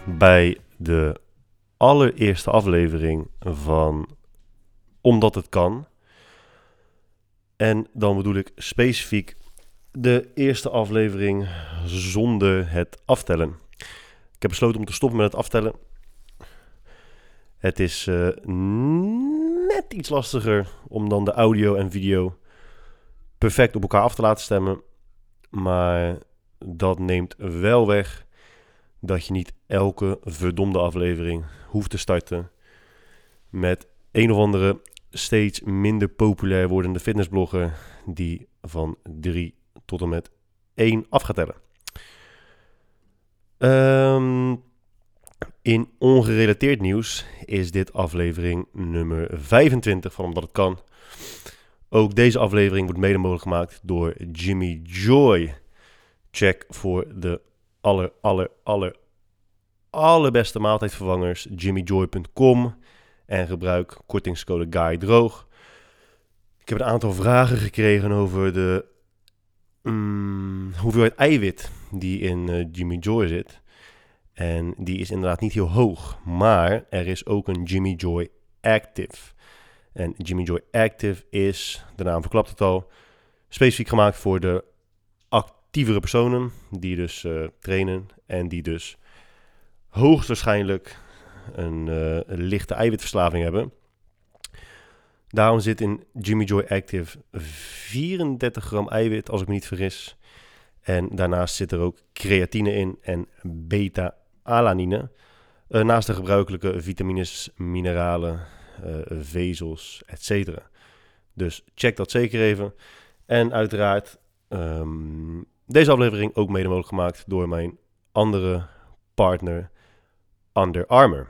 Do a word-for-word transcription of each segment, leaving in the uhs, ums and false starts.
bij de allereerste aflevering van Omdat het kan. En dan bedoel ik specifiek de eerste aflevering zonder het aftellen. Ik heb besloten om te stoppen met het aftellen. Het is uh, net iets lastiger om dan de audio en video perfect op elkaar af te laten stemmen. Maar dat neemt wel weg dat je niet elke verdomde aflevering hoeft te starten met een of andere steeds minder populair wordende fitnessblogger die van drie tot en met één af gaat tellen. Um, in ongerelateerd nieuws is dit aflevering nummer vijfentwintig van Omdat het kan. Ook deze aflevering wordt mede mogelijk gemaakt door Jimmy Joy. Check voor de aller, aller, aller, allerbeste maaltijdvervangers jimmy joy punt com en gebruik kortingscode GUYDROOG. Ik heb een aantal vragen gekregen over de um, hoeveelheid eiwit die in uh, Jimmy Joy zit. En die is inderdaad niet heel hoog, maar er is ook een Jimmy Joy Active. En Jimmy Joy Active is, de naam verklapt het al, specifiek gemaakt voor de actievere personen die dus uh, trainen en die dus hoogstwaarschijnlijk een, uh, een lichte eiwitverslaving hebben. Daarom zit in Jimmy Joy Active vierendertig gram eiwit, als ik me niet vergis. En daarnaast zit er ook creatine in en beta-alanine. Uh, naast de gebruikelijke vitamines, mineralen, uh, vezels, et cetera. Dus check dat zeker even. En uiteraard um, deze aflevering ook mede mogelijk gemaakt door mijn andere partner Under Armour.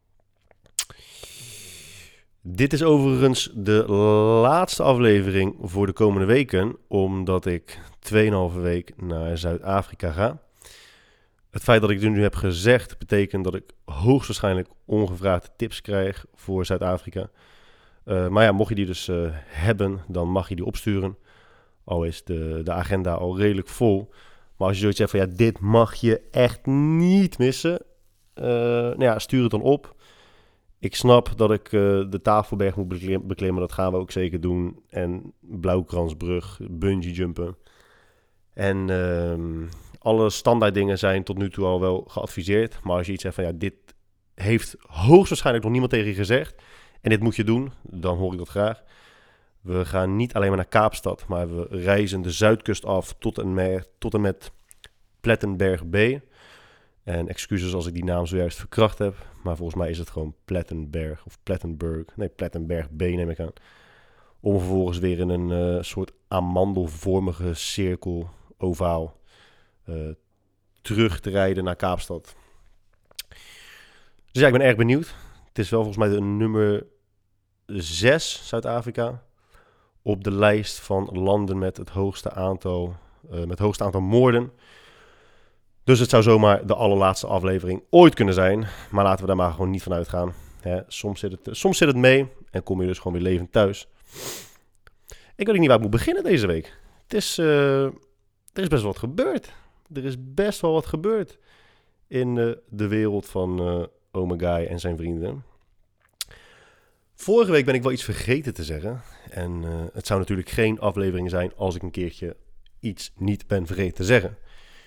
Dit is overigens de laatste aflevering voor de komende weken, omdat ik tweeënhalve week naar Zuid-Afrika ga. Het feit dat ik dit nu heb gezegd, betekent dat ik hoogstwaarschijnlijk ongevraagde tips krijg voor Zuid-Afrika. Uh, maar ja, mocht je die dus uh, hebben, dan mag je die opsturen. Al is de, de agenda al redelijk vol. Maar als je zoiets zegt van ja, dit mag je echt niet missen. Uh, nou ja, stuur het dan op. Ik snap dat ik uh, de Tafelberg moet beklimmen. Dat gaan we ook zeker doen. En Blauwkransbrug, bungee jumpen. En uh, alle standaard dingen zijn tot nu toe al wel geadviseerd. Maar als je iets zegt van ja, dit heeft hoogstwaarschijnlijk nog niemand tegen je gezegd. En dit moet je doen, dan hoor ik dat graag. We gaan niet alleen maar naar Kaapstad, maar we reizen de zuidkust af tot en met, tot en met Plettenberg B. En excuses als ik die naam zojuist verkracht heb, maar volgens mij is het gewoon Plettenberg of Plettenberg. Nee, Plettenberg B neem ik aan. Om vervolgens weer in een uh, soort amandelvormige cirkel, ovaal, uh, terug te rijden naar Kaapstad. Dus ja, ik ben erg benieuwd. Het is wel volgens mij de nummer zes, Zuid-Afrika, op de lijst van landen met het hoogste aantal, uh, met het hoogste aantal moorden. Dus het zou zomaar de allerlaatste aflevering ooit kunnen zijn. Maar laten we daar maar gewoon niet van uitgaan. Hè, soms, zit het, soms zit het mee en kom je dus gewoon weer levend thuis. Ik weet niet waar ik moet beginnen deze week. Het is, uh, er is best wel wat gebeurd. Er is best wel wat gebeurd in uh, de wereld van uh, Ome Guy en zijn vrienden. Vorige week ben ik wel iets vergeten te zeggen. En uh, het zou natuurlijk geen aflevering zijn als ik een keertje iets niet ben vergeten te zeggen.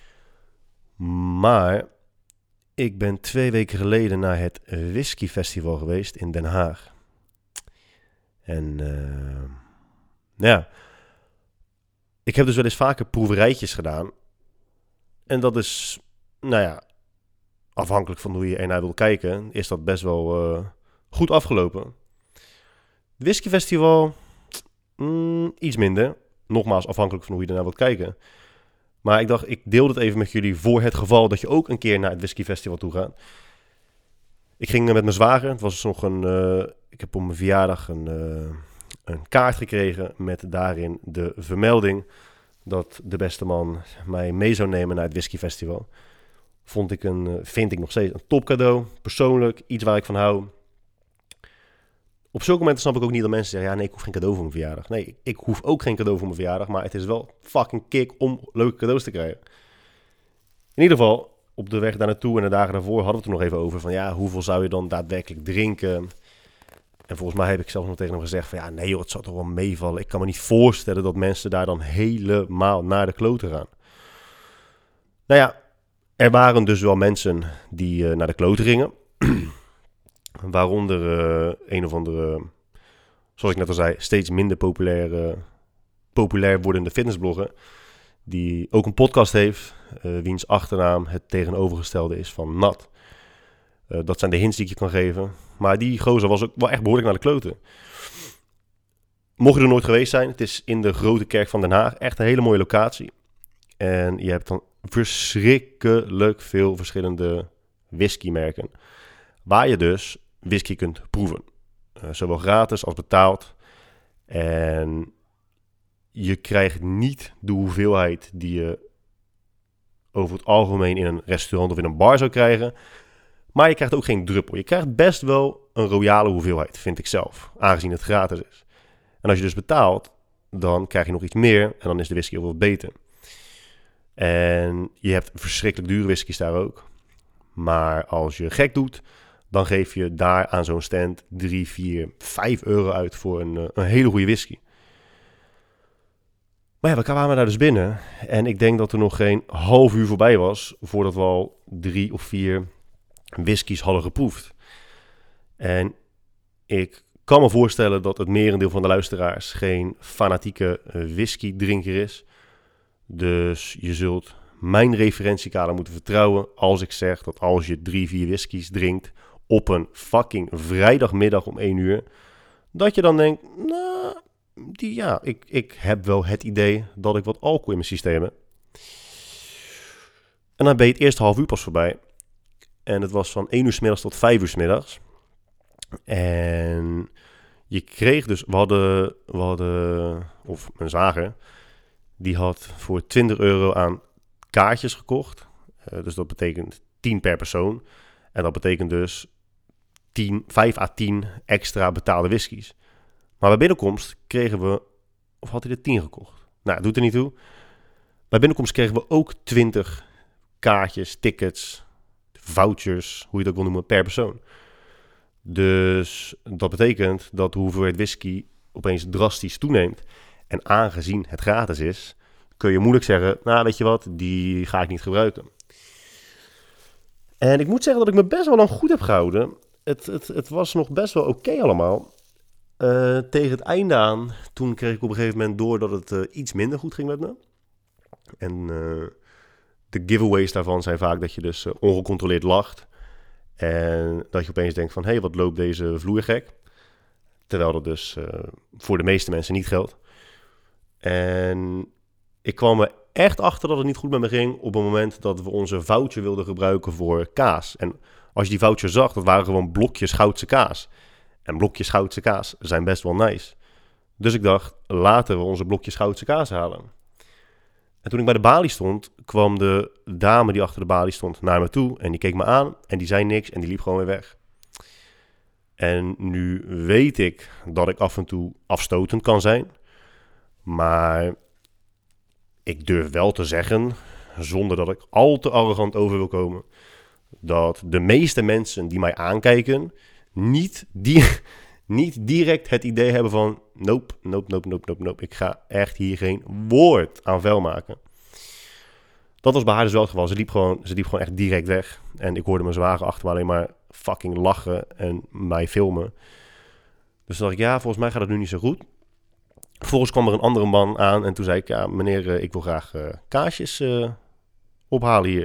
Maar ik ben twee weken geleden naar het Whisky Festival geweest in Den Haag. En uh, ja, ik heb dus wel eens vaker proeverijtjes gedaan. En dat is, nou ja, afhankelijk van hoe je ernaar wil kijken, is dat best wel uh, goed afgelopen. Het Whisky Festival, mm, iets minder. Nogmaals, afhankelijk van hoe je ernaar wilt kijken. Maar ik dacht, ik deel dit even met jullie voor het geval dat je ook een keer naar het Whisky Festival toe gaat. Ik ging met mijn zwager. Het was nog een, uh, ik heb op mijn verjaardag een, uh, een kaart gekregen met daarin de vermelding dat de beste man mij mee zou nemen naar het Whisky Festival. Vond ik een, vind ik nog steeds een top cadeau. Persoonlijk, iets waar ik van hou. Op zulke momenten snap ik ook niet dat mensen zeggen, ja nee, ik hoef geen cadeau voor mijn verjaardag. Nee, ik, ik hoef ook geen cadeau voor mijn verjaardag, maar het is wel fucking kick om leuke cadeaus te krijgen. In ieder geval, op de weg daar naartoe en de dagen daarvoor hadden we het er nog even over. Van ja, hoeveel zou je dan daadwerkelijk drinken? En volgens mij heb ik zelfs nog tegen hem gezegd van ja, nee joh, het zal toch wel meevallen. Ik kan me niet voorstellen dat mensen daar dan helemaal naar de kloten gaan. Nou ja, er waren dus wel mensen die uh, naar de kloten gingen. Waaronder uh, een of andere, zoals ik net al zei, steeds minder populair, uh, populair wordende fitnessblogger. Die ook een podcast heeft, uh, wiens achternaam het tegenovergestelde is van Nat. Uh, dat zijn de hints die ik je kan geven. Maar die gozer was ook wel echt behoorlijk naar de kloten. Mocht je er nooit geweest zijn, het is in de Grote Kerk van Den Haag. Echt een hele mooie locatie. En je hebt dan verschrikkelijk veel verschillende whiskymerken. Waar je dus whisky kunt proeven. Uh, zowel gratis als betaald. En je krijgt niet de hoeveelheid die je over het algemeen in een restaurant of in een bar zou krijgen. Maar je krijgt ook geen druppel. Je krijgt best wel een royale hoeveelheid, vind ik zelf. Aangezien het gratis is. En als je dus betaalt, dan krijg je nog iets meer. En dan is de whisky ook wat beter. En je hebt verschrikkelijk dure whiskies daar ook. Maar als je gek doet, dan geef je daar aan zo'n stand drie, vier, vijf euro uit voor een, een hele goede whisky. Maar ja, we kwamen daar dus binnen. En ik denk dat er nog geen half uur voorbij was voordat we al drie of vier whiskies hadden geproefd. En ik kan me voorstellen dat het merendeel van de luisteraars geen fanatieke whisky-drinker is. Dus je zult mijn referentiekader moeten vertrouwen als ik zeg dat als je drie, vier whiskies drinkt op een fucking vrijdagmiddag om één uur, dat je dan denkt, nou, die, ja, ik, ik heb wel het idee dat ik wat alcohol in mijn systeem heb. En dan ben je het eerste half uur pas voorbij. En het was van één uur 's middags tot vijf uur 's middags. En je kreeg dus, we hadden, we hadden, of mijn zwager, die had voor twintig euro aan kaartjes gekocht. Uh, dus dat betekent tien per persoon. En dat betekent dus tien, vijf à tien extra betaalde whiskies. Maar bij binnenkomst kregen we, of had hij er tien gekocht? Nou, dat doet er niet toe. Bij binnenkomst kregen we ook twintig kaartjes, tickets, vouchers, hoe je het ook wil noemen, per persoon. Dus dat betekent dat de hoeveelheid whisky opeens drastisch toeneemt. En aangezien het gratis is, kun je moeilijk zeggen, nou weet je wat, die ga ik niet gebruiken. En ik moet zeggen dat ik me best wel lang goed heb gehouden. Het, het, het was nog best wel oké okay allemaal. Uh, tegen het einde aan, toen kreeg ik op een gegeven moment door dat het uh, iets minder goed ging met me. En uh, de giveaways daarvan zijn vaak dat je dus uh, ongecontroleerd lacht. En dat je opeens denkt van, hé, hey, wat loopt deze vloer gek? Terwijl dat dus uh, voor de meeste mensen niet geldt. En ik kwam er echt achter dat het niet goed met me ging op het moment dat we onze voucher wilden gebruiken voor kaas. En als je die voucher zag, dat waren gewoon blokjes Goudse kaas. En blokjes Goudse kaas zijn best wel nice. Dus ik dacht, laten we onze blokjes Goudse kaas halen. En toen ik bij de balie stond, kwam de dame die achter de balie stond naar me toe. En die keek me aan en die zei niks en die liep gewoon weer weg. En nu weet ik dat ik af en toe afstotend kan zijn. Maar ik durf wel te zeggen, zonder dat ik al te arrogant over wil komen, dat de meeste mensen die mij aankijken niet, die, niet direct het idee hebben van nope, nope, nope, nope, nope, nope. Ik ga echt hier geen woord aan vuil maken. Dat was bij haar dus wel het geval. Ze liep gewoon, ze liep gewoon echt direct weg. En ik hoorde mijn zwager achter me alleen maar fucking lachen en mij filmen. Dus toen dacht ik, ja, volgens mij gaat het nu niet zo goed. Vervolgens kwam er een andere man aan en toen zei ik, ja meneer, ik wil graag uh, kaasjes uh, ophalen hier.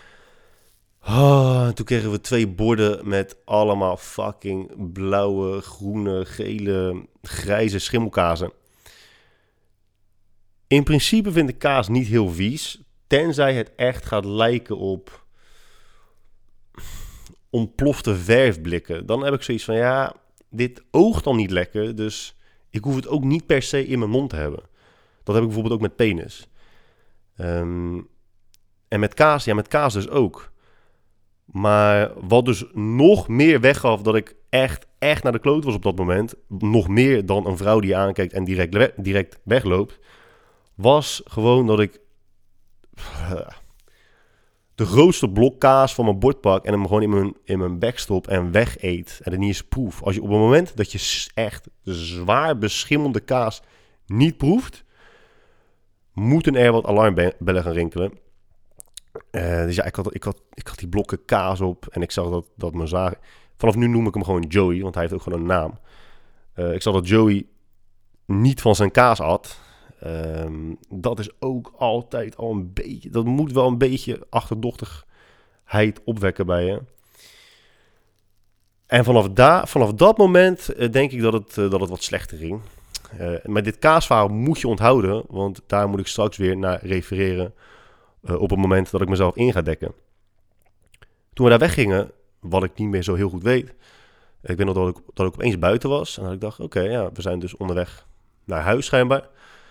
Oh, en toen kregen we twee borden met allemaal fucking blauwe, groene, gele, grijze schimmelkazen. In principe vind ik kaas niet heel vies, tenzij het echt gaat lijken op ontplofte verfblikken. Dan heb ik zoiets van, ja, dit oogt dan niet lekker, dus ik hoef het ook niet per se in mijn mond te hebben. Dat heb ik bijvoorbeeld ook met penis. Um, en met kaas, ja, met kaas dus ook. Maar wat dus nog meer weggaf dat ik echt, echt naar de kloot was op dat moment, nog meer dan een vrouw die je aankijkt en direct, we- direct wegloopt, was gewoon dat ik... de grootste blok kaas van mijn bord pak en hem gewoon in mijn, in mijn bek stop en weg eet. En het niet eens proef. Als je op het moment dat je echt zwaar beschimmelde kaas niet proeft, moeten er wat alarmbellen gaan rinkelen. Uh, dus ja, ik had, ik, had, ik had die blokken kaas op en ik zag dat, dat mijn zagen... Vanaf nu noem ik hem gewoon Joey, want hij heeft ook gewoon een naam. Uh, ik zag dat Joey niet van zijn kaas at. Um, dat is ook altijd al een beetje... Dat moet wel een beetje achterdochtigheid opwekken bij je. En vanaf, daar, vanaf dat moment uh, denk ik dat het, uh, dat het wat slechter ging. Uh, maar dit kaasverhaal moet je onthouden, want daar moet ik straks weer naar refereren uh, op het moment dat ik mezelf in ga dekken. Toen we daar weggingen, wat ik niet meer zo heel goed weet, ik weet nog dat ik, dat ik opeens buiten was en dat ik dacht, oké, okay, ja, we zijn dus onderweg naar huis schijnbaar.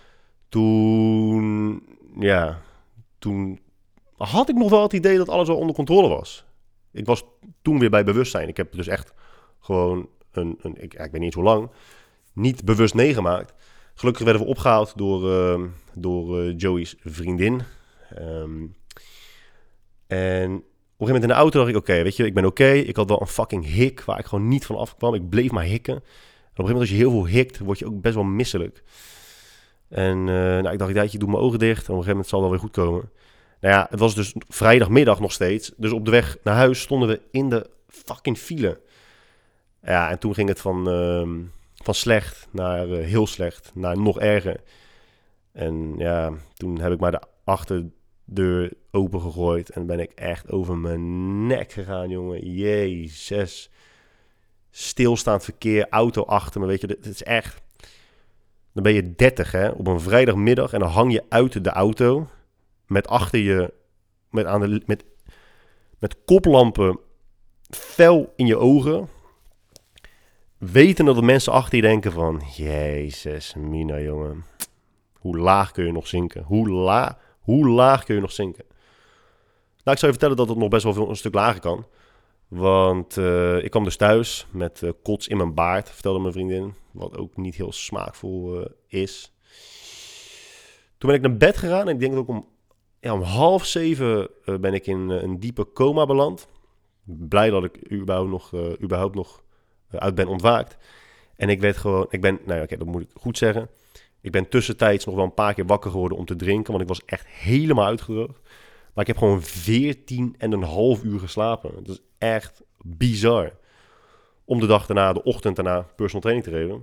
Toen, ja, toen had ik nog wel het idee dat alles al onder controle was. Ik was toen weer bij bewustzijn. Ik heb dus echt gewoon een, een ik, ik weet niet eens hoe lang, niet bewust meegemaakt. Gelukkig werden we opgehaald door, uh, door uh, Joey's vriendin. Um, en op een gegeven moment in de auto dacht ik, oké, okay, weet je, ik ben oké. Okay. Ik had wel een fucking hik waar ik gewoon niet van afkwam. Ik bleef maar hikken. En op een gegeven moment als je heel veel hikt, word je ook best wel misselijk. En uh, nou, ik dacht, ja, je doet mijn ogen dicht. En op een gegeven moment zal het wel weer goed komen. Nou ja, het was dus vrijdagmiddag nog steeds. Dus op de weg naar huis stonden we in de fucking file. Ja, en toen ging het van, uh, van slecht naar uh, heel slecht, naar nog erger. En ja, toen heb ik maar de achterdeur open gegooid en ben ik echt over mijn nek gegaan, jongen. Jezus. Stilstaand verkeer, auto achter me, weet je, het is echt... Dan ben je dertig, hè, op een vrijdagmiddag en dan hang je uit de auto met achter je, met, aan de, met, met koplampen fel in je ogen, weten dat de mensen achter je denken van, jezus, mina, jongen, hoe laag kun je nog zinken? Hoe, la, hoe laag kun je nog zinken? Nou, ik zou je vertellen dat het nog best wel veel, een stuk lager kan. Want uh, ik kwam dus thuis met uh, kots in mijn baard, vertelde mijn vriendin. Wat ook niet heel smaakvol uh, is. Toen ben ik naar bed gegaan en ik denk dat ook om, ja, om half zeven uh, ben ik in uh, een diepe coma beland. Blij dat ik überhaupt nog, uh, überhaupt nog uh, uit ben ontwaakt. En ik werd gewoon, ik ben, nou ja, oké, dat moet ik goed zeggen. Ik ben tussentijds nog wel een paar keer wakker geworden om te drinken, want ik was echt helemaal uitgedroogd. Maar ik heb gewoon veertien en een half uur geslapen. Dat is echt bizar. Om de dag daarna, de ochtend daarna, personal training te geven.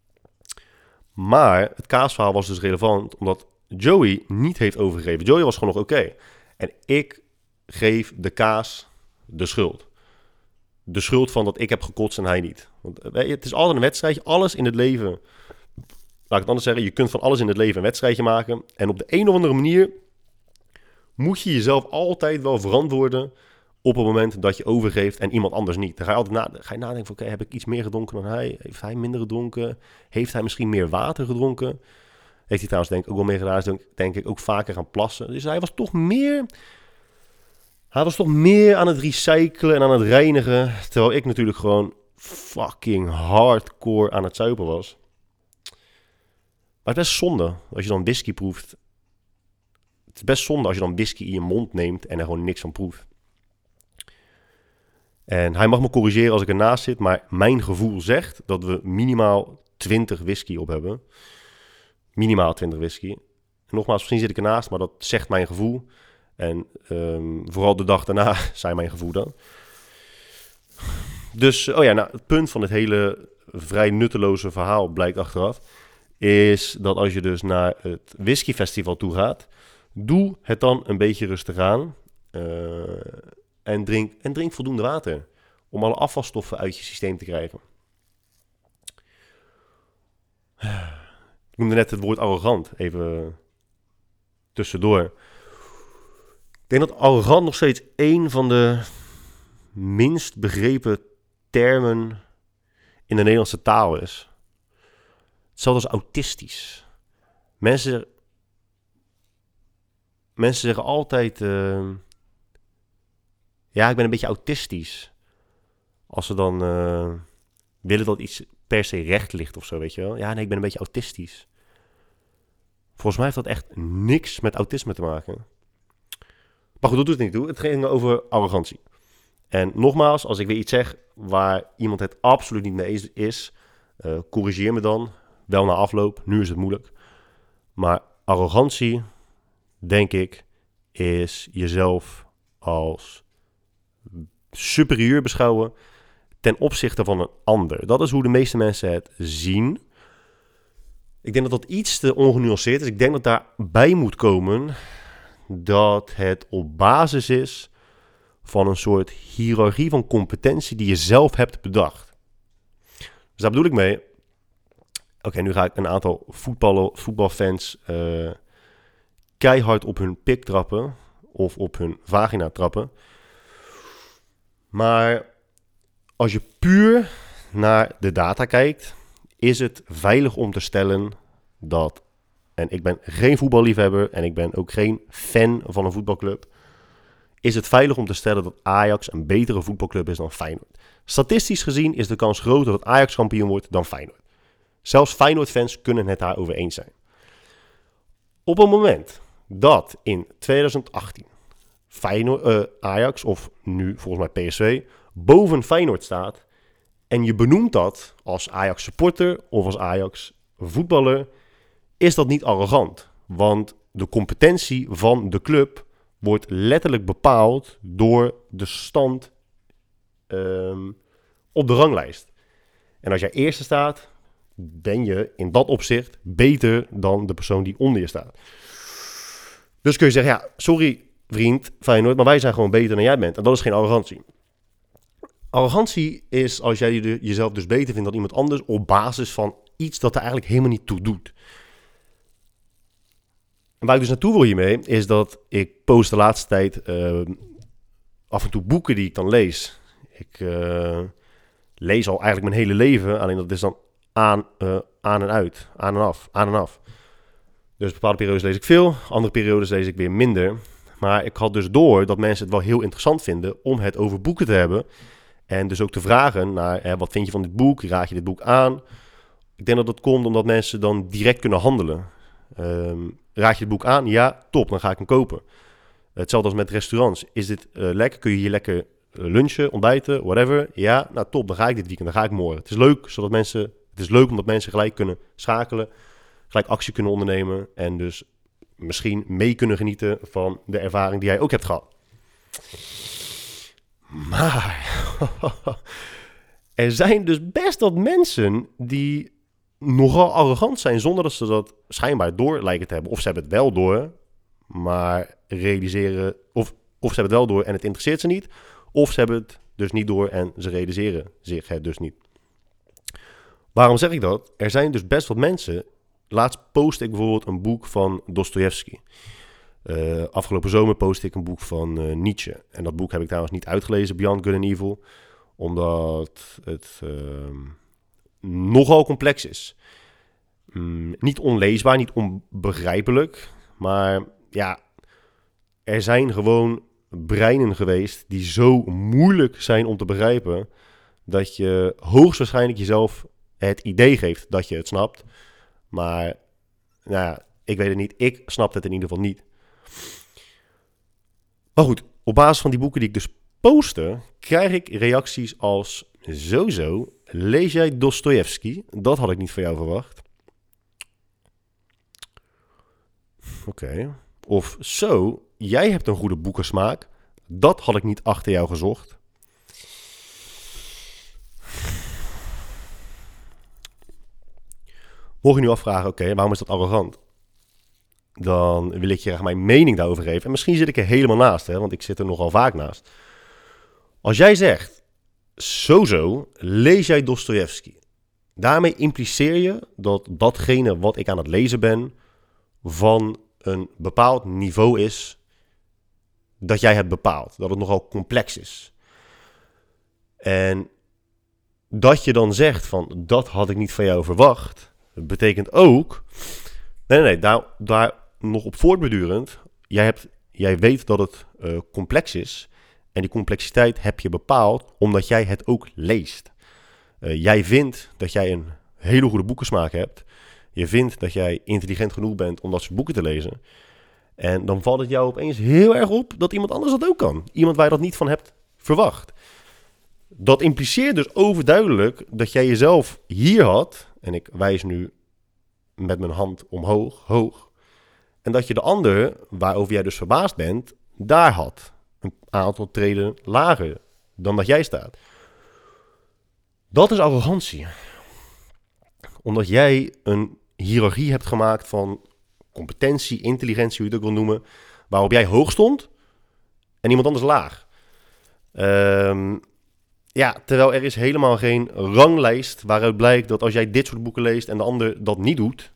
Maar het kaasverhaal was dus relevant, omdat Joey niet heeft overgegeven. Joey was gewoon nog oké. Okay. En ik geef de kaas de schuld. De schuld van dat ik heb gekotst en hij niet. Want het is altijd een wedstrijdje. Alles in het leven, laat ik het anders zeggen, je kunt van alles in het leven een wedstrijdje maken. En op de een of andere manier moet je jezelf altijd wel verantwoorden op het moment dat je overgeeft en iemand anders niet. Dan ga je altijd na, ga je nadenken van, oké, okay, heb ik iets meer gedronken dan hij? Heeft hij minder gedronken? Heeft hij misschien meer water gedronken? Heeft hij trouwens denk ik ook wel meer gedaan, denk, denk ik ook vaker gaan plassen. Dus hij was toch meer, hij was toch meer aan het recyclen en aan het reinigen, terwijl ik natuurlijk gewoon fucking hardcore aan het zuipen was. Maar het is best zonde als je dan whisky proeft. Het is best zonde als je dan whisky in je mond neemt en er gewoon niks van proeft. En hij mag me corrigeren als ik ernaast zit, maar mijn gevoel zegt dat we minimaal twintig whisky op hebben. Minimaal twintig whisky. En nogmaals, misschien zit ik ernaast, maar dat zegt mijn gevoel. En um, vooral de dag daarna zei mijn gevoel dan. Dus, oh ja, nou, het punt van het hele vrij nutteloze verhaal blijkt achteraf, is dat als je dus naar het whiskyfestival toe gaat, doe het dan een beetje rustig aan. Uh, en, drink, en drink voldoende water. Om alle afvalstoffen uit je systeem te krijgen. Ik noemde net het woord arrogant. Even tussendoor. Ik denk dat arrogant nog steeds één van de minst begrepen termen in de Nederlandse taal is. Hetzelfde als autistisch. Mensen... Mensen zeggen altijd, uh, ja, ik ben een beetje autistisch. Als ze dan uh, willen dat iets per se recht ligt of zo, weet je wel. Ja, nee, ik ben een beetje autistisch. Volgens mij heeft dat echt niks met autisme te maken. Maar goed, dat doet het niet toe. Het ging over arrogantie. En nogmaals, als ik weer iets zeg waar iemand het absoluut niet mee eens is, uh, corrigeer me dan. Wel na afloop, nu is het moeilijk. Maar arrogantie, denk ik, is jezelf als superieur beschouwen ten opzichte van een ander. Dat is hoe de meeste mensen het zien. Ik denk dat dat iets te ongenuanceerd is. Ik denk dat daarbij moet komen dat het op basis is van een soort hiërarchie van competentie die je zelf hebt bedacht. Dus daar bedoel ik mee. Oké, okay, nu ga ik een aantal voetballen, voetbalfans uh, keihard op hun pik trappen of op hun vagina trappen. Maar als je puur naar de data kijkt, is het veilig om te stellen dat, en ik ben geen voetballiefhebber en ik ben ook geen fan van een voetbalclub, is het veilig om te stellen dat Ajax een betere voetbalclub is dan Feyenoord. Statistisch gezien is de kans groter dat Ajax kampioen wordt dan Feyenoord. Zelfs Feyenoord-fans kunnen het daarover eens zijn. Op het moment dat in twintig achttien Feyenoord, uh, Ajax, of nu volgens mij P S V, boven Feyenoord staat en je benoemt dat als Ajax supporter of als Ajax voetballer, is dat niet arrogant. Want de competentie van de club wordt letterlijk bepaald door de stand um, op de ranglijst. En als jij eerste staat, ben je in dat opzicht beter dan de persoon die onder je staat. Dus kun je zeggen, ja, sorry vriend Feyenoord, maar wij zijn gewoon beter dan jij bent. En dat is geen arrogantie. Arrogantie is als jij je, jezelf dus beter vindt dan iemand anders op basis van iets dat er eigenlijk helemaal niet toe doet. En waar ik dus naartoe wil hiermee, is dat ik post de laatste tijd uh, af en toe boeken die ik dan lees. Ik uh, lees al eigenlijk mijn hele leven, alleen dat is dan aan, uh, aan en uit, aan en af, aan en af. Dus bepaalde periodes lees ik veel, andere periodes lees ik weer minder. Maar ik had dus door dat mensen het wel heel interessant vinden om het over boeken te hebben. En dus ook te vragen naar, hè, wat vind je van dit boek? Raad je dit boek aan? Ik denk dat dat komt omdat mensen dan direct kunnen handelen. Um, raad je het boek aan? Ja, top, dan ga ik hem kopen. Hetzelfde als met restaurants. Is dit uh, lekker? Kun je hier lekker lunchen, ontbijten, whatever? Ja, nou top, dan ga ik dit weekend, dan ga ik morgen. Het is leuk, zodat mensen, het is leuk omdat mensen gelijk kunnen schakelen, gelijk actie kunnen ondernemen en dus misschien mee kunnen genieten van de ervaring die jij ook hebt gehad. Maar er zijn dus best wat mensen die nogal arrogant zijn zonder dat ze dat schijnbaar door lijken te hebben. Of ze hebben het wel door, maar realiseren, of, of ze hebben het wel door en het interesseert ze niet. Of ze hebben het dus niet door en ze realiseren zich het dus niet. Waarom zeg ik dat? Er zijn dus best wat mensen. Laatst postte ik bijvoorbeeld een boek van Dostojevski. Uh, afgelopen zomer postte ik een boek van uh, Nietzsche. En dat boek heb ik trouwens niet uitgelezen, Beyond Good and Evil. Omdat het uh, nogal complex is. Mm, niet onleesbaar, niet onbegrijpelijk. Maar ja, er zijn gewoon breinen geweest die zo moeilijk zijn om te begrijpen, dat je hoogstwaarschijnlijk jezelf het idee geeft dat je het snapt. Maar nou ja, ik weet het niet. Ik snap het in ieder geval niet. Maar goed, op basis van die boeken die ik dus postte, krijg ik reacties als: Zozo, lees jij Dostojevski? Dat had ik niet van jou verwacht. Oké. Okay. Of zo, jij hebt een goede boekensmaak. Dat had ik niet achter jou gezocht. Mocht je nu afvragen, oké, okay, waarom is dat arrogant? Dan wil ik je graag mijn mening daarover geven. En misschien zit ik er helemaal naast, hè, want ik zit er nogal vaak naast. Als jij zegt, Zozo, lees jij Dostojevski? Daarmee impliceer je dat datgene wat ik aan het lezen ben van een bepaald niveau is dat jij hebt bepaald. Dat het nogal complex is. En dat je dan zegt van, dat had ik niet van jou verwacht, betekent ook, nee, nee, nee daar, daar nog op voortbedurend, jij, hebt, jij weet dat het uh, complex is en die complexiteit heb je bepaald omdat jij het ook leest. Uh, jij vindt dat jij een hele goede boekensmaak hebt. Je vindt dat jij intelligent genoeg bent om dat soort boeken te lezen. En dan valt het jou opeens heel erg op dat iemand anders dat ook kan. Iemand waar je dat niet van hebt verwacht. Dat impliceert dus overduidelijk dat jij jezelf hier had. En ik wijs nu met mijn hand omhoog, hoog. En dat je de ander, waarover jij dus verbaasd bent, daar had. Een aantal treden lager dan dat jij staat. Dat is arrogantie. Omdat jij een hiërarchie hebt gemaakt van competentie, intelligentie, hoe je het ook wil noemen, waarop jij hoog stond en iemand anders laag. Um, ja, terwijl er is helemaal geen ranglijst waaruit blijkt dat als jij dit soort boeken leest en de ander dat niet doet,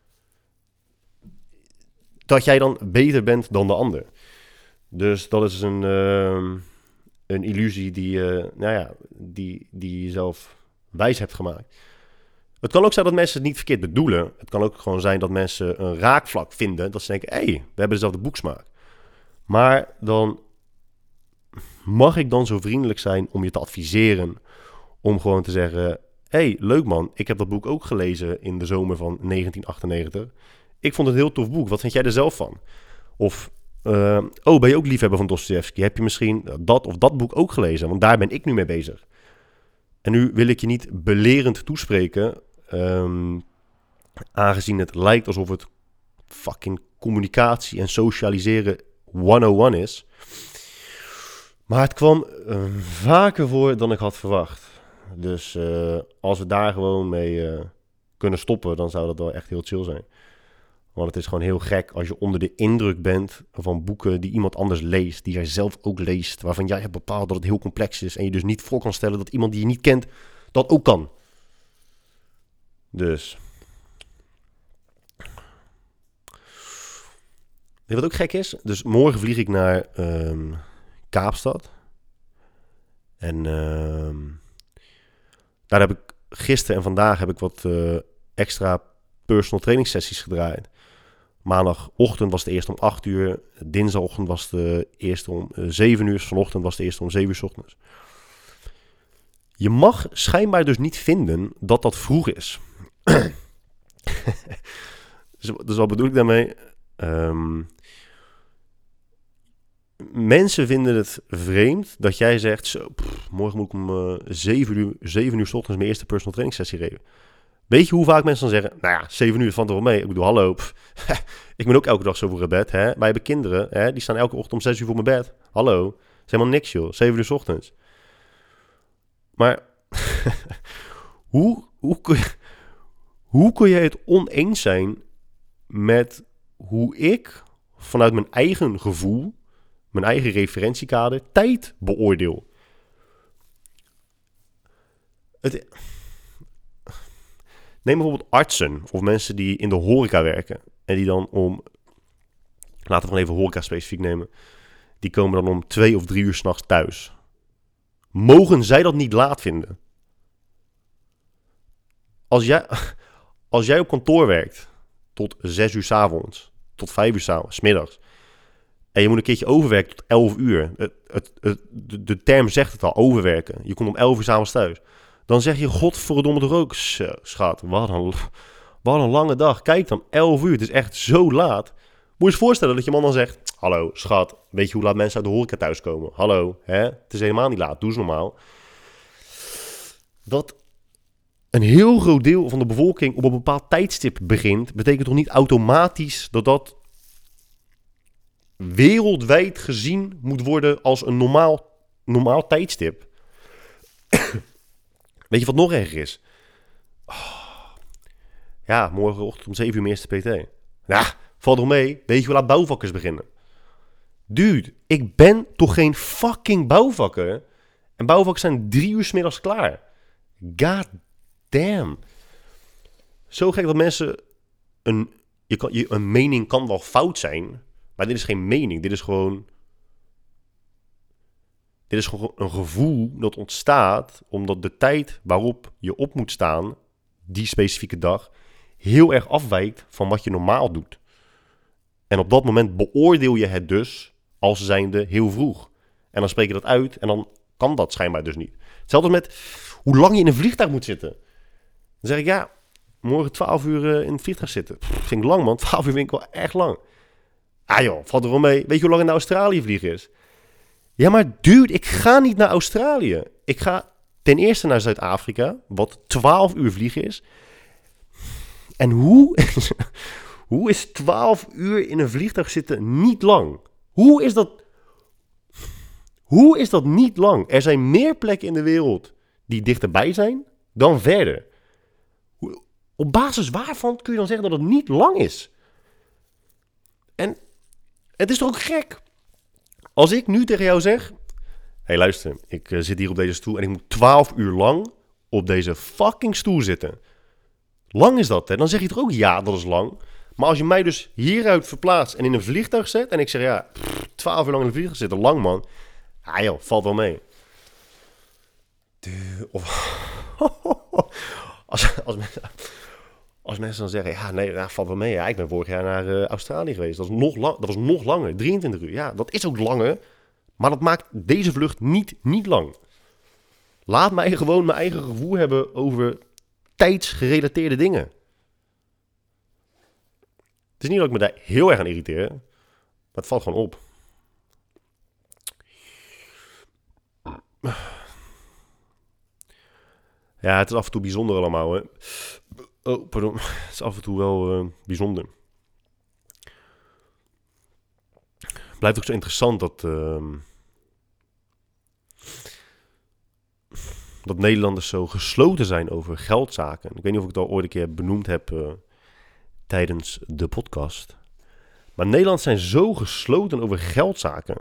dat jij dan beter bent dan de ander. Dus dat is een, uh, een illusie die, uh, nou ja, die, die je zelf wijs hebt gemaakt. Het kan ook zijn dat mensen het niet verkeerd bedoelen. Het kan ook gewoon zijn dat mensen een raakvlak vinden. Dat ze denken, hé, hey, we hebben dezelfde boeksmaak. Maar dan mag ik dan zo vriendelijk zijn om je te adviseren. Om gewoon te zeggen, hé, hey, leuk man, ik heb dat boek ook gelezen in de zomer van negentien achtennegentig. Ik vond het een heel tof boek. Wat vind jij er zelf van? Of, uh, oh, ben je ook liefhebber van Dostojevski? Heb je misschien dat of dat boek ook gelezen? Want daar ben ik nu mee bezig. En nu wil ik je niet belerend toespreken, um, aangezien het lijkt alsof het fucking communicatie en socialiseren honderdéén is. Maar het kwam uh, vaker voor dan ik had verwacht. Dus uh, als we daar gewoon mee uh, kunnen stoppen, dan zou dat wel echt heel chill zijn. Want het is gewoon heel gek als je onder de indruk bent van boeken die iemand anders leest, die jij zelf ook leest, waarvan jij hebt bepaald dat het heel complex is en je dus niet voor kan stellen dat iemand die je niet kent dat ook kan. Dus. Weet je wat ook gek is? Dus morgen vlieg ik naar um, Kaapstad. En um, daar heb ik gisteren en vandaag heb ik wat uh, extra personal training sessies gedraaid. Maandagochtend was de eerste om acht uur. Dinsdagochtend was de eerste om zeven uur. Vanochtend was de eerste om zeven uur 's ochtends. Je mag schijnbaar dus niet vinden dat dat vroeg is. dus, dus wat bedoel ik daarmee? Um, mensen vinden het vreemd dat jij zegt, zo, pff, morgen moet ik om uh, zeven uur, zeven uur 's ochtends mijn eerste personal training sessie geven. Weet je hoe vaak mensen dan zeggen, nou ja, zeven uur van toch wel mee. Ik bedoel, hallo, pff, ik ben ook elke dag zo voor het bed. Hè? Wij hebben kinderen, hè? Die staan elke ochtend om zes uur voor mijn bed. Hallo, dat is helemaal niks joh, zeven uur 's ochtends. Maar hoe, hoe, kun je, hoe kun je het oneens zijn met hoe ik vanuit mijn eigen gevoel, mijn eigen referentiekader, tijd beoordeel? Het... Neem bijvoorbeeld artsen of mensen die in de horeca werken. En die dan om, laten we dan even horeca specifiek nemen. Die komen dan om twee of drie uur 's nachts thuis. Mogen zij dat niet laat vinden? Als jij, als jij op kantoor werkt tot zes uur 's avonds, tot vijf uur 's avonds, 's middags. En je moet een keertje overwerken tot elf uur. Het, het, het, de, de term zegt het al, overwerken. Je komt om elf uur 's avonds thuis. Dan zeg je, godverdomme toch ook, schat, wat een, wat een lange dag. Kijk dan, elf uur, het is echt zo laat. Moet je eens voorstellen dat je man dan zegt, hallo, schat, weet je hoe laat mensen uit de horeca thuiskomen? Hallo, hè? Het is helemaal niet laat, doe eens normaal. Dat een heel groot deel van de bevolking op een bepaald tijdstip begint, betekent toch niet automatisch dat dat wereldwijd gezien moet worden als een normaal, normaal tijdstip? Weet je wat nog erger is? Oh, ja, morgenochtend om zeven uur mijn eerste P T. Ja, valt er mee. Weet je hoe laat bouwvakkers beginnen? Dude, ik ben toch geen fucking bouwvakker? En bouwvakkers zijn drie uur 's middags klaar. God damn. Zo gek dat mensen... Een, je kan, je, een mening kan wel fout zijn, maar dit is geen mening. Dit is gewoon... Dit is gewoon een gevoel dat ontstaat omdat de tijd waarop je op moet staan, die specifieke dag, heel erg afwijkt van wat je normaal doet. En op dat moment beoordeel je het dus als zijnde heel vroeg. En dan spreek je dat uit en dan kan dat schijnbaar dus niet. Hetzelfde met hoe lang je in een vliegtuig moet zitten. Dan zeg ik, ja, morgen twaalf uur in het vliegtuig zitten. Pff, vind ik lang man, twaalf uur vind ik wel echt lang. Ah joh, valt er wel mee. Weet je hoe lang het naar Australië vliegen is? Ja, maar dude, ik ga niet naar Australië. Ik ga ten eerste naar Zuid-Afrika, wat twaalf uur vliegen is. En hoe, hoe is twaalf uur in een vliegtuig zitten niet lang? Hoe is dat... Hoe is dat niet lang? Er zijn meer plekken in de wereld die dichterbij zijn dan verder. Op basis waarvan kun je dan zeggen dat het niet lang is? En het is toch ook gek? Als ik nu tegen jou zeg... Hé, hey, luister, ik uh, zit hier op deze stoel en ik moet twaalf uur lang op deze fucking stoel zitten. Lang is dat, hè? Dan zeg je toch ook ja, dat is lang. Maar als je mij dus hieruit verplaatst en in een vliegtuig zet... en ik zeg ja, twaalf uur lang in een vliegtuig zitten, lang man... Ah joh, valt wel mee. De, of, als, als, mensen, als mensen dan zeggen, ja nee, nou, valt wel mee. Ja, ik ben vorig jaar naar uh, Australië geweest. Dat was, nog lang, dat was nog langer, drieëntwintig uur. Ja, dat is ook langer. Maar dat maakt deze vlucht niet, niet lang. Laat mij gewoon mijn eigen gevoel hebben over tijdsgerelateerde dingen. Het is niet dat ik me daar heel erg aan irriteer. Maar het valt gewoon op. Ja, het is af en toe bijzonder allemaal, hè. Oh, pardon. Het is af en toe wel uh, bijzonder. Het blijft ook zo interessant dat... Uh, dat Nederlanders zo gesloten zijn over geldzaken. Ik weet niet of ik het al ooit een keer benoemd heb uh, tijdens de podcast. Maar Nederlanders zijn zo gesloten over geldzaken.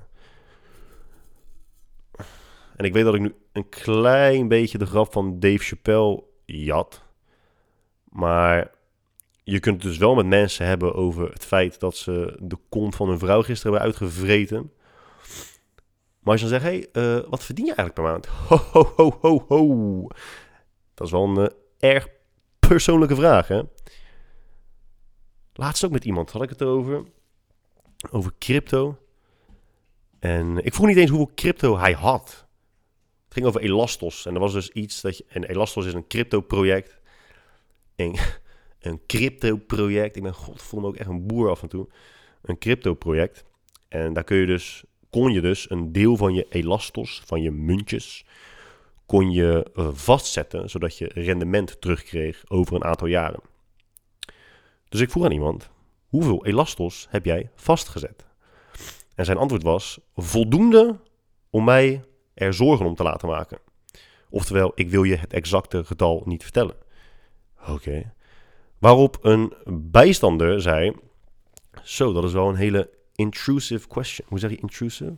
En ik weet dat ik nu een klein beetje de grap van Dave Chappelle jat. Maar je kunt het dus wel met mensen hebben over het feit dat ze de kont van hun vrouw gisteren hebben uitgevreten. Maar als je dan zegt, hé, hey, uh, wat verdien je eigenlijk per maand? Ho, ho, ho, ho, ho. Dat is wel een uh, erg persoonlijke vraag, hè? Laatst ook met iemand had ik het over. Over crypto. En ik vroeg niet eens hoeveel crypto hij had. Het ging over Elastos. En er was dus iets dat je... En Elastos is een crypto-project. Een, een crypto-project. Ik ben, god, voel me ook echt een boer af en toe. Een crypto-project. En daar kun je dus... kon je dus een deel van je Elastos, van je muntjes... kon je uh, vastzetten, zodat je rendement terugkreeg over een aantal jaren. Dus ik vroeg aan iemand... hoeveel Elastos heb jij vastgezet? En zijn antwoord was... voldoende om mij... er zorgen om te laten maken. Oftewel, ik wil je het exacte getal niet vertellen. Oké. Okay. Waarop een bijstander zei... Zo, dat is wel een hele intrusive question. Hoe zeg je intrusive?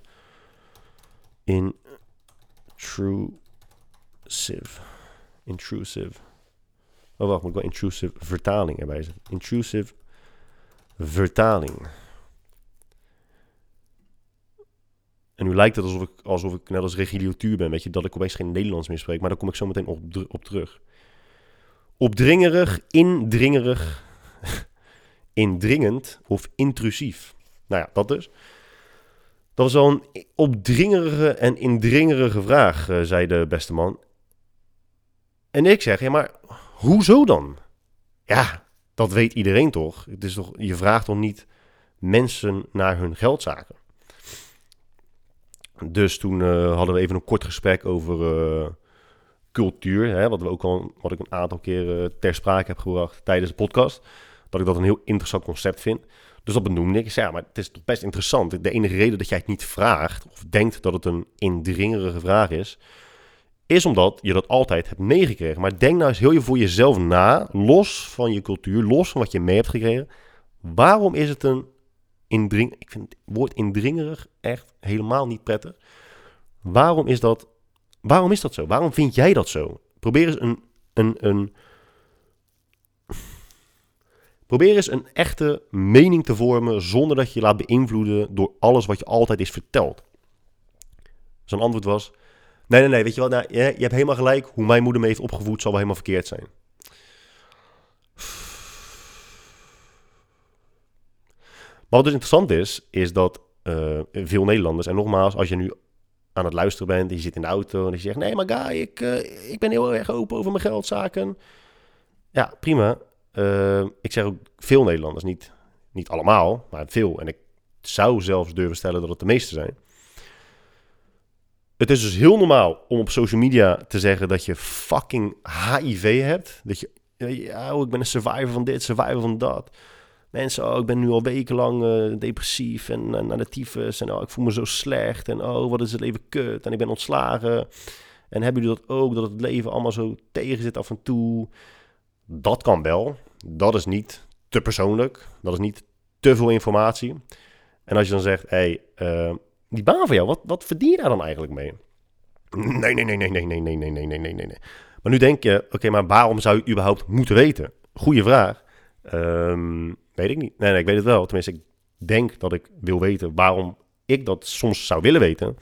Intrusive. Intrusive. Oh, wacht, moet ik wel intrusive vertaling erbij zetten. Intrusive vertaling. En nu lijkt het alsof ik, alsof ik net als Regilio Tuur ben, weet je, dat ik opeens geen Nederlands meer spreek. Maar daar kom ik zo meteen op, op terug. Opdringerig, indringerig, indringend of intrusief. Nou ja, dat dus. Dat was wel een opdringerige en indringerige vraag, uh, zei de beste man. En ik zeg, ja, maar hoezo dan? Ja, dat weet iedereen toch? Het is toch, je vraagt toch niet mensen naar hun geldzaken? Dus toen uh, hadden we even een kort gesprek over uh, cultuur. Hè, wat, we ook al, wat ik een aantal keer uh, ter sprake heb gebracht tijdens de podcast. Dat ik dat een heel interessant concept vind. Dus dat benoemde ik. Ik zei, ja, maar het is toch best interessant. De enige reden dat jij het niet vraagt, of denkt dat het een indringerige vraag is, is omdat je dat altijd hebt meegekregen. Maar denk nou eens heel je voor jezelf na, los van je cultuur, los van wat je mee hebt gekregen. Waarom is het een indring... Ik vind het woord indringerig echt helemaal niet prettig. Waarom is dat... Waarom is dat zo? Waarom vind jij dat zo? Probeer eens een... een, een Probeer eens een echte mening te vormen zonder dat je je laat beïnvloeden door alles wat je altijd is verteld. Zijn antwoord was... Nee, nee, nee, weet je wat? Nou, je, je hebt helemaal gelijk. Hoe mijn moeder me heeft opgevoed zal wel helemaal verkeerd zijn. Maar wat dus interessant is, is dat uh, veel Nederlanders... En nogmaals, als je nu aan het luisteren bent en je zit in de auto en je zegt... Nee, maar guy, ik, uh, ik ben heel erg open over mijn geldzaken. Ja, prima. Uh, ik zeg ook veel Nederlanders, niet, niet allemaal, maar veel. En ik zou zelfs durven stellen dat het de meeste zijn. Het is dus heel normaal om op social media te zeggen dat je fucking H I V hebt. Dat je, ja, oh, ik ben een survivor van dit, survivor van dat. Mensen, oh, ik ben nu al wekenlang uh, depressief en uh, naar de tyfus. En oh, ik voel me zo slecht. En oh, wat is het leven kut. En ik ben ontslagen. En hebben jullie dat ook, dat het leven allemaal zo tegen zit af en toe? Dat kan wel. Dat is niet te persoonlijk. Dat is niet te veel informatie. En als je dan zegt, hé, hey, uh, die baan van jou, wat, wat verdien je daar dan eigenlijk mee? Nee, nee, nee, nee, nee, nee, nee, nee, nee, nee, nee, nee. Maar nu denk je, oké, okay, maar waarom zou je überhaupt moeten weten? Goeie vraag. Um, weet ik niet. Nee, nee, ik weet het wel. Tenminste, ik denk dat ik wil weten waarom ik dat soms zou willen weten.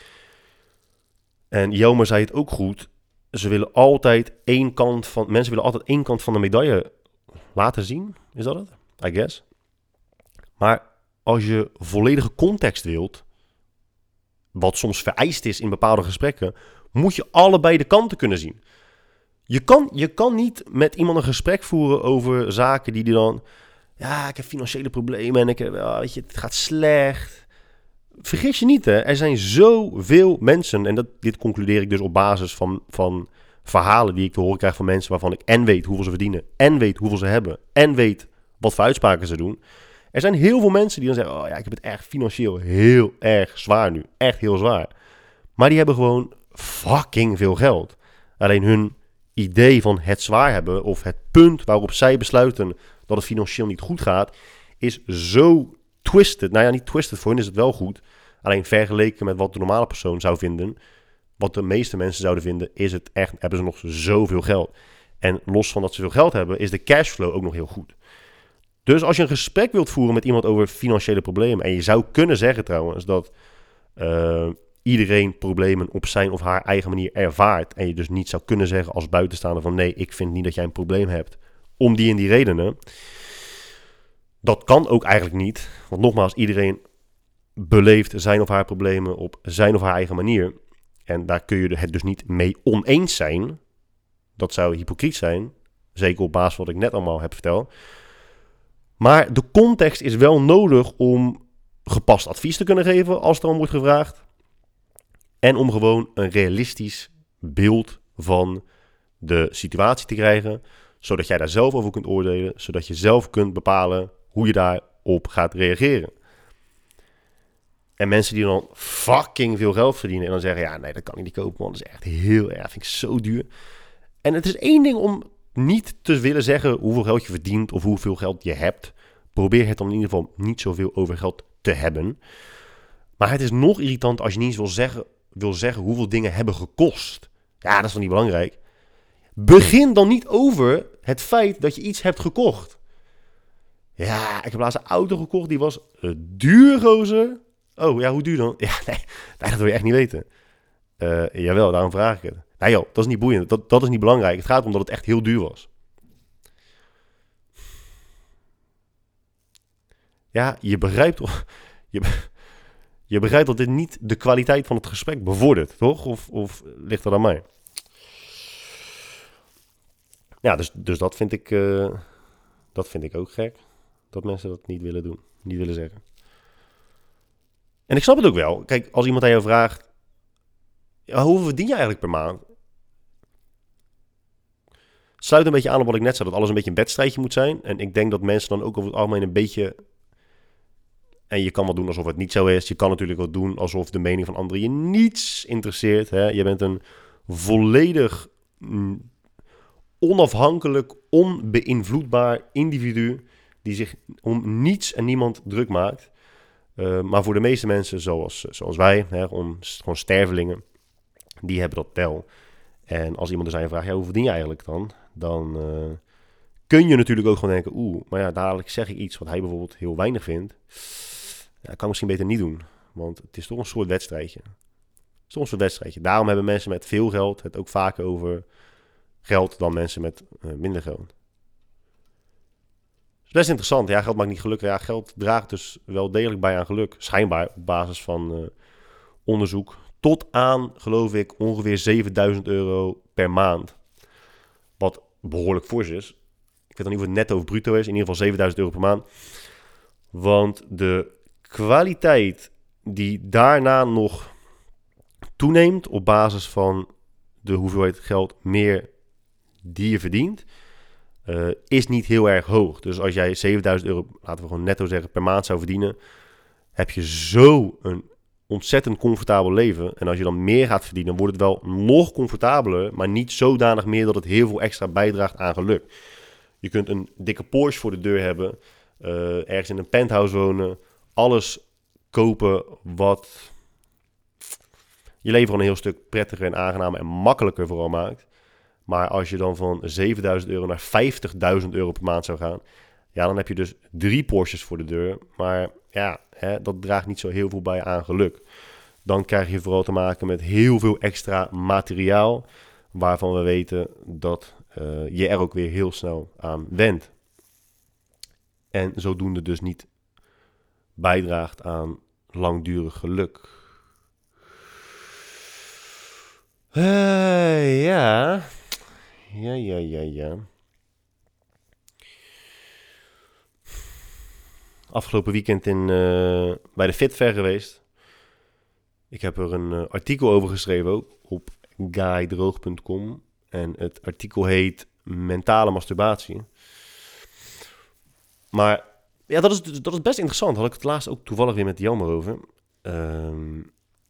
En Jelmer zei het ook goed. Ze willen altijd één kant van... Mensen willen altijd één kant van de medaille laten zien. Is dat het? I guess. Maar als je volledige context wilt, wat soms vereist is in bepaalde gesprekken, moet je allebei de kanten kunnen zien. Je kan, je kan niet met iemand een gesprek voeren over zaken die die dan... Ja, ik heb financiële problemen en ik heb, ja, weet je, het gaat slecht. Vergis je niet, hè. Er zijn zoveel mensen, en dat, dit concludeer ik dus op basis van, van verhalen die ik te horen krijg van mensen waarvan ik en weet hoeveel ze verdienen, en weet hoeveel ze hebben, en weet wat voor uitspraken ze doen. Er zijn heel veel mensen die dan zeggen, oh ja, ik heb het echt financieel heel erg zwaar nu. Echt heel zwaar. Maar die hebben gewoon fucking veel geld. Alleen hun idee van het zwaar hebben, of het punt waarop zij besluiten dat het financieel niet goed gaat, is zo twisted. Nou ja, niet twisted, voor hen is het wel goed. Alleen vergeleken met wat de normale persoon zou vinden, wat de meeste mensen zouden vinden, is het echt, hebben ze nog zoveel geld. En los van dat ze veel geld hebben, is de cashflow ook nog heel goed. Dus als je een gesprek wilt voeren met iemand over financiële problemen, en je zou kunnen zeggen trouwens dat uh, iedereen problemen op zijn of haar eigen manier ervaart, en je dus niet zou kunnen zeggen als buitenstaander van nee, ik vind niet dat jij een probleem hebt, om die en die redenen. Dat kan ook eigenlijk niet, want nogmaals, iedereen beleeft zijn of haar problemen op zijn of haar eigen manier. En daar kun je het dus niet mee oneens zijn. Dat zou hypocriet zijn, zeker op basis van wat ik net allemaal heb verteld. Maar de context is wel nodig om gepast advies te kunnen geven als er om wordt gevraagd. En om gewoon een realistisch beeld van de situatie te krijgen, zodat jij daar zelf over kunt oordelen, zodat je zelf kunt bepalen hoe je daarop gaat reageren. En mensen die dan fucking veel geld verdienen en dan zeggen, ja nee, dat kan ik niet kopen, man, dat is echt heel erg, vind ik zo duur. En het is één ding om niet te willen zeggen hoeveel geld je verdient of hoeveel geld je hebt. Probeer het dan in ieder geval niet zoveel over geld te hebben. Maar het is nog irritant als je niet eens wil zeggen, wil zeggen hoeveel dingen hebben gekost. Ja, dat is dan niet belangrijk. Begin dan niet over het feit dat je iets hebt gekocht. Ja, ik heb laatst een auto gekocht, die was duur, gozer. Oh, ja, hoe duur dan? Ja, nee, nee dat wil je echt niet weten. Uh, jawel, daarom vraag ik het. Nou joh, dat is niet boeiend, dat, dat is niet belangrijk. Het gaat erom dat het echt heel duur was. Ja, je begrijpt toch... Je, je begrijpt dat dit niet de kwaliteit van het gesprek bevordert, toch? Of, of ligt dat aan mij? Ja, dus, dus dat vind ik... Uh, dat vind ik ook gek. Dat mensen dat niet willen doen. Niet willen zeggen. En ik snap het ook wel. Kijk, als iemand aan jou vraagt... Ja, hoeveel verdien je eigenlijk per maand? Sluit een beetje aan op wat ik net zei. Dat alles een beetje een wedstrijdje moet zijn. En ik denk dat mensen dan ook over het algemeen een beetje... En je kan wel doen alsof het niet zo is. Je kan natuurlijk wel doen alsof de mening van anderen je niets interesseert. Hè? Je bent een volledig mm, onafhankelijk, onbeïnvloedbaar individu die zich om niets en niemand druk maakt. Uh, maar voor de meeste mensen zoals, zoals wij, hè, om, gewoon stervelingen, die hebben dat wel. En als iemand er zijn vraagt, ja, hoe verdien je eigenlijk dan? Dan uh, kun je natuurlijk ook gewoon denken, oeh, maar ja, dadelijk zeg ik iets wat hij bijvoorbeeld heel weinig vindt. Ja, dat kan misschien beter niet doen, want het is toch een soort wedstrijdje. Het is toch een soort wedstrijdje. Daarom hebben mensen met veel geld het ook vaker over geld dan mensen met uh, minder geld. Dat is best interessant. Ja, geld maakt niet gelukkig. Ja, geld draagt dus wel degelijk bij aan geluk. Schijnbaar op basis van uh, onderzoek. Tot aan, geloof ik, ongeveer zevenduizend euro per maand. Wat behoorlijk fors is. Ik weet dan niet of het netto of bruto is. In ieder geval zevenduizend euro per maand. Want de kwaliteit die daarna nog toeneemt op basis van de hoeveelheid geld meer die je verdient, uh, is niet heel erg hoog. Dus als jij zevenduizend euro, laten we gewoon netto zeggen, per maand zou verdienen, heb je zo een ontzettend comfortabel leven. En als je dan meer gaat verdienen, wordt het wel nog comfortabeler, maar niet zodanig meer dat het heel veel extra bijdraagt aan geluk. Je kunt een dikke Porsche voor de deur hebben, uh, ergens in een penthouse wonen, alles kopen wat je leven gewoon een heel stuk prettiger en aangenamer en makkelijker vooral maakt. Maar als je dan van zevenduizend euro naar vijftigduizend euro per maand zou gaan, ja, dan heb je dus drie Porsches voor de deur. Maar ja, hè, dat draagt niet zo heel veel bij aan geluk. Dan krijg je vooral te maken met heel veel extra materiaal, waarvan we weten dat uh, je er ook weer heel snel aan wendt. En zodoende dus niet bijdraagt aan langdurig geluk. Uh, ja. Ja, ja, ja, ja. Afgelopen weekend in, uh, bij de Fit Fair geweest. Ik heb er een uh, artikel over geschreven ook op guy droog punt com. En het artikel heet Mentale masturbatie. Maar ja, dat is, dat is best interessant. Had ik het laatst ook toevallig weer met Jelmer over. Um,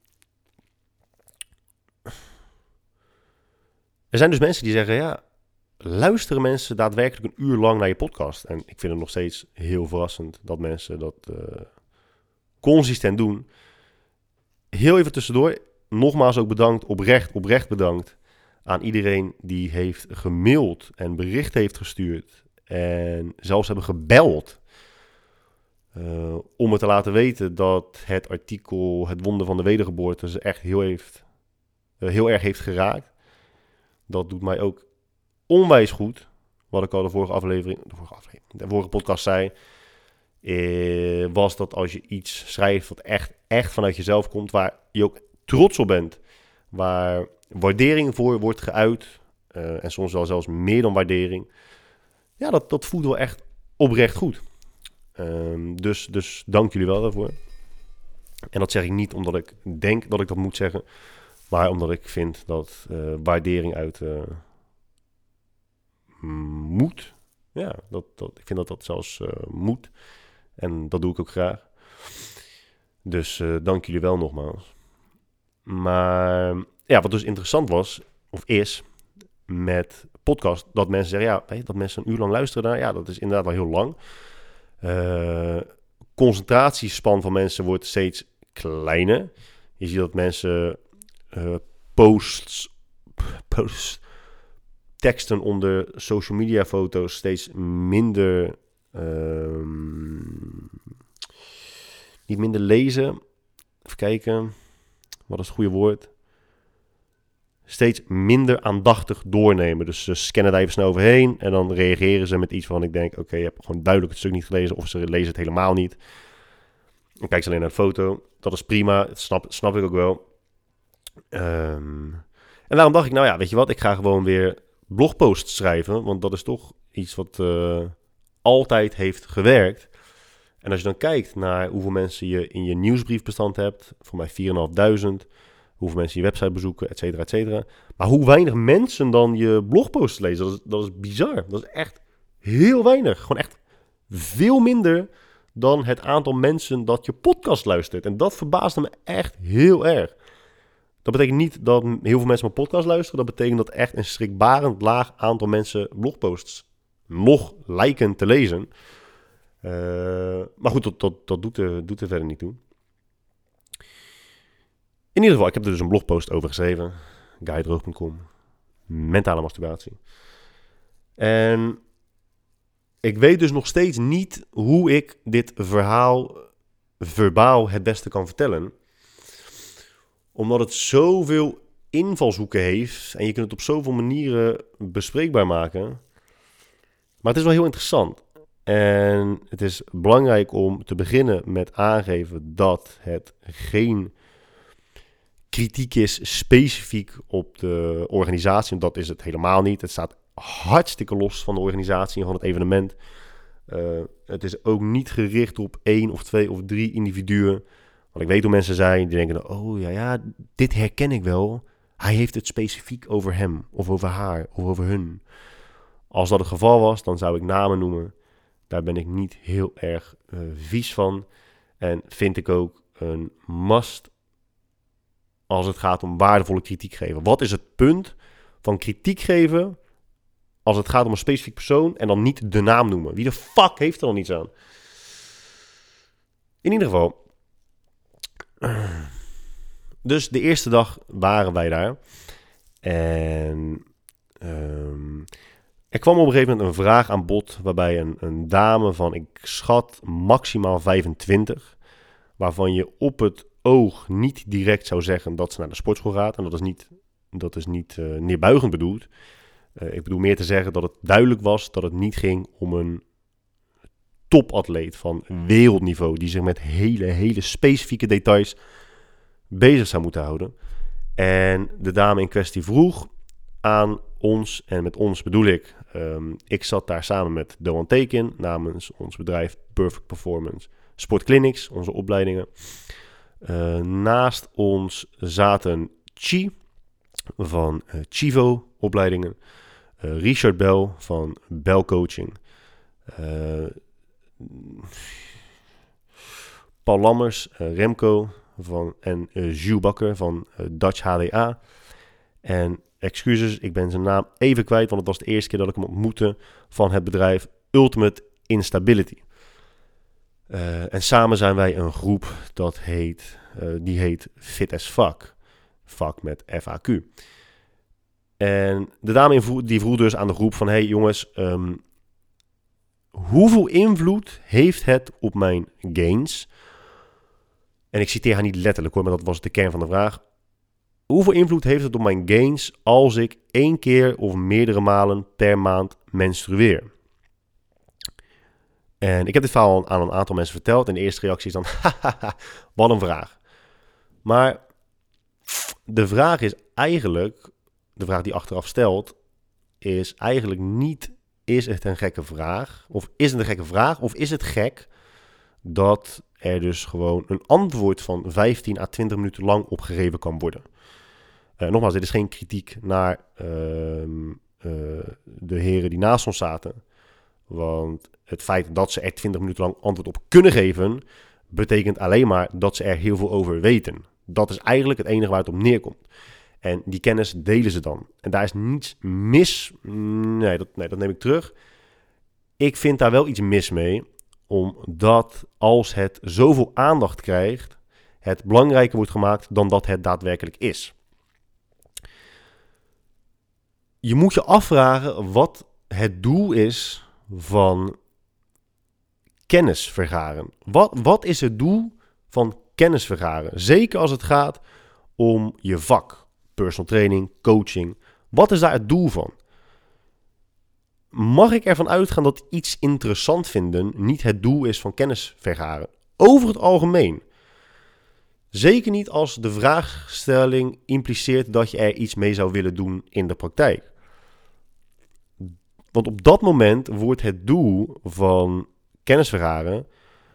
er zijn dus mensen die zeggen, ja, luisteren mensen daadwerkelijk een uur lang naar je podcast? En ik vind het nog steeds heel verrassend dat mensen dat uh, consistent doen. Heel even tussendoor, nogmaals ook bedankt, oprecht, oprecht bedankt aan iedereen die heeft gemaild en bericht heeft gestuurd en zelfs hebben gebeld uh, om me te laten weten dat het artikel Het Wonder van de Wedergeboorte ze echt heel, heeft, uh, heel erg heeft geraakt. Dat doet mij ook onwijs goed. Wat ik al de vorige aflevering, de vorige, aflevering, de vorige podcast zei, eh, was dat als je iets schrijft wat echt, echt vanuit jezelf komt, waar je ook trots op bent, waar waardering voor wordt geuit, uh, en soms wel zelfs meer dan waardering, ja, dat, dat voelt wel echt oprecht goed. Um, dus, dus dank jullie wel daarvoor. En dat zeg ik niet omdat ik denk dat ik dat moet zeggen, maar omdat ik vind dat uh, waardering uit uh, moet. Ja, dat, dat, ik vind dat dat zelfs uh, moet. En dat doe ik ook graag. Dus uh, dank jullie wel nogmaals. Maar ja, wat dus interessant was, of is, met podcast, dat mensen zeggen, ja, hey, dat mensen een uur lang luisteren naar, ja, dat is inderdaad wel heel lang. Uh, concentratiespan van mensen wordt steeds kleiner. Je ziet dat mensen uh, posts, posts, teksten onder social media foto's steeds minder, uh, niet minder lezen. Even kijken, wat is het goede woord? Steeds minder aandachtig doornemen. Dus ze scannen daar even snel overheen en dan reageren ze met iets van, ik denk, oké, okay, je hebt gewoon duidelijk het stuk niet gelezen, of ze lezen het helemaal niet. Dan kijken ze alleen naar de foto. Dat is prima, dat snap, snap ik ook wel. Um, en daarom dacht ik, nou ja, weet je wat, ik ga gewoon weer blogposts schrijven, want dat is toch iets wat uh, altijd heeft gewerkt. En als je dan kijkt naar hoeveel mensen je in je nieuwsbriefbestand hebt, voor mij vier en vijfduizend, hoeveel mensen je website bezoeken, et cetera, et cetera. Maar hoe weinig mensen dan je blogposts lezen, dat is, dat is bizar. Dat is echt heel weinig. Gewoon echt veel minder dan het aantal mensen dat je podcast luistert. En dat verbaasde me echt heel erg. Dat betekent niet dat heel veel mensen mijn podcast luisteren. Dat betekent dat echt een schrikbarend laag aantal mensen blogposts nog lijken te lezen. Uh, maar goed, dat, dat, dat doet, er, doet er verder niet toe. In ieder geval, ik heb er dus een blogpost over geschreven. guy droog punt com. Mentale masturbatie. En ik weet dus nog steeds niet hoe ik dit verhaal verbaal het beste kan vertellen. Omdat het zoveel invalshoeken heeft. En je kunt het op zoveel manieren bespreekbaar maken. Maar het is wel heel interessant. En het is belangrijk om te beginnen met aangeven dat het geen kritiek is specifiek op de organisatie. Dat is het helemaal niet. Het staat hartstikke los van de organisatie en van het evenement. Uh, het is ook niet gericht op één of twee of drie individuen. Want ik weet hoe mensen zijn die denken, oh ja, ja, dit herken ik wel. Hij heeft het specifiek over hem of over haar of over hun. Als dat het geval was, dan zou ik namen noemen. Daar ben ik niet heel erg uh, vies van. En vind ik ook een must als het gaat om waardevolle kritiek geven. Wat is het punt van kritiek geven als het gaat om een specifiek persoon en dan niet de naam noemen? Wie de fuck heeft er dan iets aan? In ieder geval. Dus de eerste dag waren wij daar. En um, er kwam op een gegeven moment een vraag aan bod waarbij een, een dame van, ik schat, maximaal vijfentwintig, waarvan je op het oog niet direct zou zeggen dat ze naar de sportschool gaat. En dat is niet, dat is niet uh, neerbuigend bedoeld. Uh, ik bedoel meer te zeggen dat het duidelijk was dat het niet ging om een topatleet van wereldniveau die zich met hele, hele specifieke details bezig zou moeten houden. En de dame in kwestie vroeg aan ons, en met ons bedoel ik, um, ik zat daar samen met Doan Tekin namens ons bedrijf Perfect Performance Sportclinics, onze opleidingen. Uh, naast ons zaten Chi van uh, Chivo opleidingen, uh, Richard Bell van Bell Coaching, uh, Paul Lammers, uh, Remco van, en uh, Jules Bakker van uh, Dutch H D A. En excuses, ik ben zijn naam even kwijt, want het was de eerste keer dat ik hem ontmoette, van het bedrijf Ultimate Instability. Uh, en samen zijn wij een groep dat heet, uh, die heet Fit as Fuck. Fuck met F A Q. En de dame die vroeg dus aan de groep van, hey jongens, um, hoeveel invloed heeft het op mijn gains? En ik citeer haar niet letterlijk hoor, maar dat was de kern van de vraag. Hoeveel invloed heeft het op mijn gains als ik één keer of meerdere malen per maand menstrueer? En ik heb dit verhaal aan een aantal mensen verteld. En de eerste reactie is dan, hahaha, wat een vraag. Maar de vraag is eigenlijk, de vraag die achteraf stelt, is eigenlijk niet, is het een gekke vraag? Of is het een gekke vraag? Of is het gek dat er dus gewoon een antwoord van vijftien à twintig minuten lang opgegeven kan worden? Uh, nogmaals, dit is geen kritiek naar uh, uh, de heren die naast ons zaten. Want het feit dat ze er twintig minuten lang antwoord op kunnen geven, betekent alleen maar dat ze er heel veel over weten. Dat is eigenlijk het enige waar het op neerkomt. En die kennis delen ze dan. En daar is niets mis. Nee, dat, nee, dat neem ik terug. Ik vind daar wel iets mis mee. Omdat als het zoveel aandacht krijgt, het belangrijker wordt gemaakt dan dat het daadwerkelijk is. Je moet je afvragen wat het doel is van kennis vergaren. Wat, wat is het doel van kennis vergaren? Zeker als het gaat om je vak, personal training, coaching. Wat is daar het doel van? Mag ik ervan uitgaan dat iets interessant vinden niet het doel is van kennis vergaren? Over het algemeen. Zeker niet als de vraagstelling impliceert dat je er iets mee zou willen doen in de praktijk. Want op dat moment wordt het doel van kennis vergaren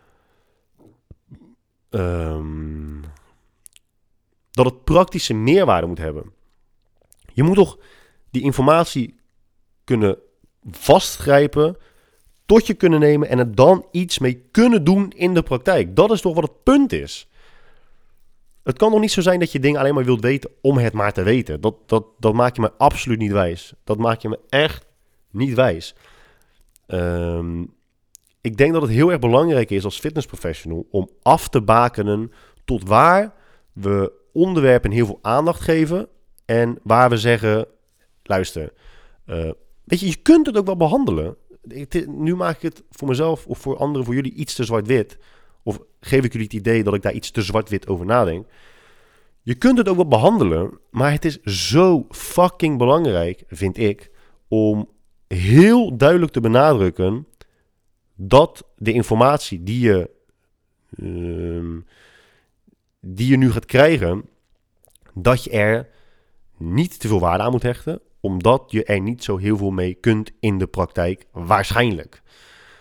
um, dat het praktische meerwaarde moet hebben. Je moet toch die informatie kunnen vastgrijpen, tot je kunnen nemen en er dan iets mee kunnen doen in de praktijk. Dat is toch wat het punt is. Het kan toch niet zo zijn dat je dingen alleen maar wilt weten om het maar te weten. Dat, dat, dat maak je me absoluut niet wijs. Dat maak je me echt niet wijs. Um, ik denk dat het heel erg belangrijk is als fitnessprofessional om af te bakenen tot waar we onderwerpen heel veel aandacht geven en waar we zeggen, luister, uh, weet je, je kunt het ook wel behandelen. Ik, nu maak ik het voor mezelf of voor anderen, voor jullie iets te zwart-wit. Of geef ik jullie het idee dat ik daar iets te zwart-wit over nadenk. Je kunt het ook wel behandelen, maar het is zo fucking belangrijk, vind ik, om heel duidelijk te benadrukken dat de informatie die je, uh, die je nu gaat krijgen, dat je er niet te veel waarde aan moet hechten, omdat je er niet zo heel veel mee kunt in de praktijk, waarschijnlijk.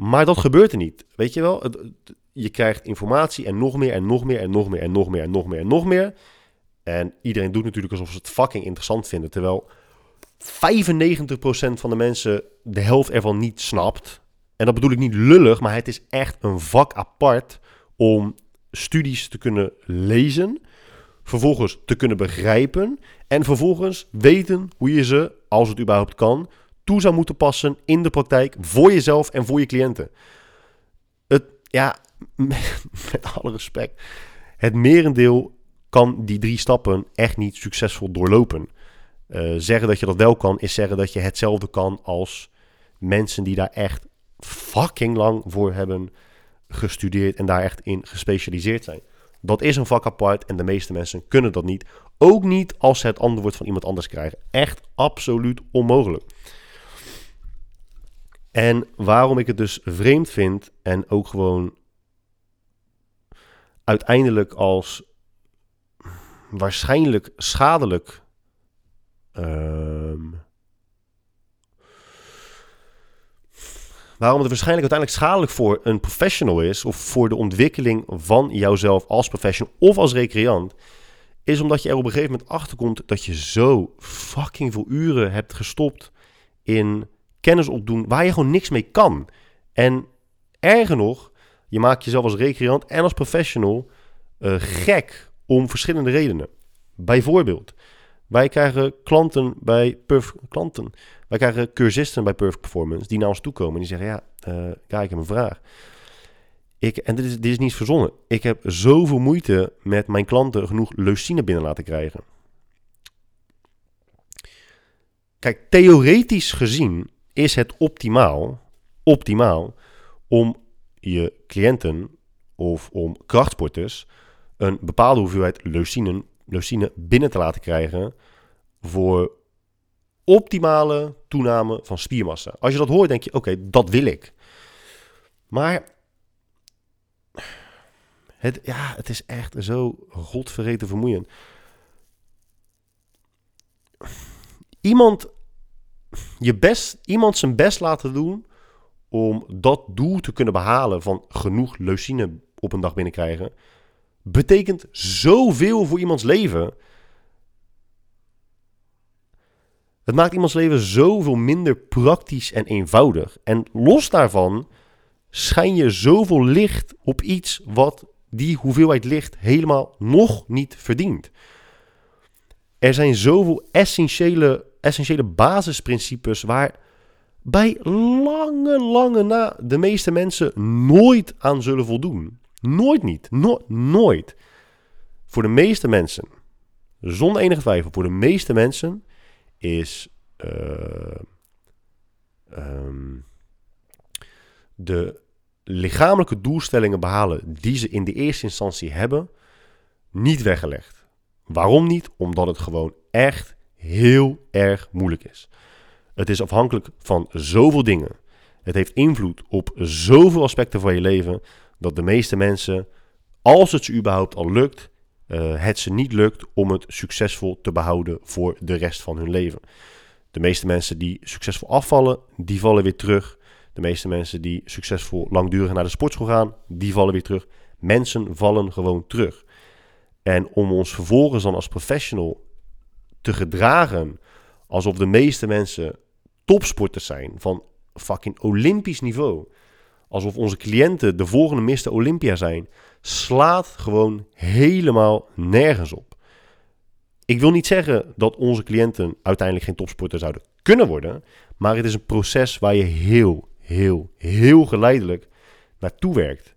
Maar dat gebeurt er niet. Weet je wel? Het, het, je krijgt informatie en nog meer en nog meer en nog meer en nog meer en nog meer en nog meer. En iedereen doet natuurlijk alsof ze het fucking interessant vinden. Terwijl vijfennegentig procent van de mensen de helft ervan niet snapt. En dat bedoel ik niet lullig, maar het is echt een vak apart om studies te kunnen lezen, vervolgens te kunnen begrijpen en vervolgens weten hoe je ze, als het überhaupt kan, toe zou moeten passen in de praktijk voor jezelf en voor je cliënten. Het, ja, met alle respect, het merendeel kan die drie stappen echt niet succesvol doorlopen. Uh, zeggen dat je dat wel kan, is zeggen dat je hetzelfde kan als mensen die daar echt fucking lang voor hebben gestudeerd en daar echt in gespecialiseerd zijn. Dat is een vak apart en de meeste mensen kunnen dat niet. Ook niet als ze het antwoord van iemand anders krijgen. Echt absoluut onmogelijk. En waarom ik het dus vreemd vind en ook gewoon uiteindelijk als waarschijnlijk schadelijk Um, waarom het waarschijnlijk uiteindelijk schadelijk voor een professional is, of voor de ontwikkeling van jouzelf als professional of als recreant, is omdat je er op een gegeven moment achterkomt dat je zo fucking veel uren hebt gestopt in kennis opdoen waar je gewoon niks mee kan. En erger nog, je maakt jezelf als recreant en als professional uh, gek om verschillende redenen. Bijvoorbeeld, wij krijgen klanten bij Perfect klanten. Wij krijgen cursisten bij Perfect Performance die naar ons toe komen en die zeggen, ja, uh, kijk, ik heb een vraag. Ik, en dit is, dit is niet verzonnen. Ik heb zoveel moeite met mijn klanten genoeg leucine binnen laten krijgen. Kijk, theoretisch gezien is het optimaal, optimaal om je cliënten of om krachtsporters een bepaalde hoeveelheid leucine, leucine binnen te laten krijgen voor optimale toename van spiermassa. Als je dat hoort, denk je, oké, okay, dat wil ik. Maar het, ja, het is echt zo godvergeten vermoeiend. Iemand, je best, iemand zijn best laten doen om dat doel te kunnen behalen van genoeg leucine op een dag binnenkrijgen, betekent zoveel voor iemands leven. Het maakt iemands leven zoveel minder praktisch en eenvoudig. En los daarvan schijn je zoveel licht op iets wat die hoeveelheid licht helemaal nog niet verdient. Er zijn zoveel essentiële, essentiële basisprincipes waar bij lange, lange na de meeste mensen nooit aan zullen voldoen. Nooit niet. No- nooit. Voor de meeste mensen, zonder enige twijfel, voor de meeste mensen is uh, um, de lichamelijke doelstellingen behalen die ze in de eerste instantie hebben, niet weggelegd. Waarom niet? Omdat het gewoon echt heel erg moeilijk is. Het is afhankelijk van zoveel dingen. Het heeft invloed op zoveel aspecten van je leven, dat de meeste mensen, als het ze überhaupt al lukt, uh, het ze niet lukt om het succesvol te behouden voor de rest van hun leven. De meeste mensen die succesvol afvallen, die vallen weer terug. De meeste mensen die succesvol langdurig naar de sportschool gaan, die vallen weer terug. Mensen vallen gewoon terug. En om ons vervolgens dan als professional te gedragen alsof de meeste mensen topsporters zijn van fucking olympisch niveau, alsof onze cliënten de volgende mister Olympia zijn, slaat gewoon helemaal nergens op. Ik wil niet zeggen dat onze cliënten uiteindelijk geen topsporter zouden kunnen worden, maar het is een proces waar je heel, heel, heel geleidelijk naartoe werkt.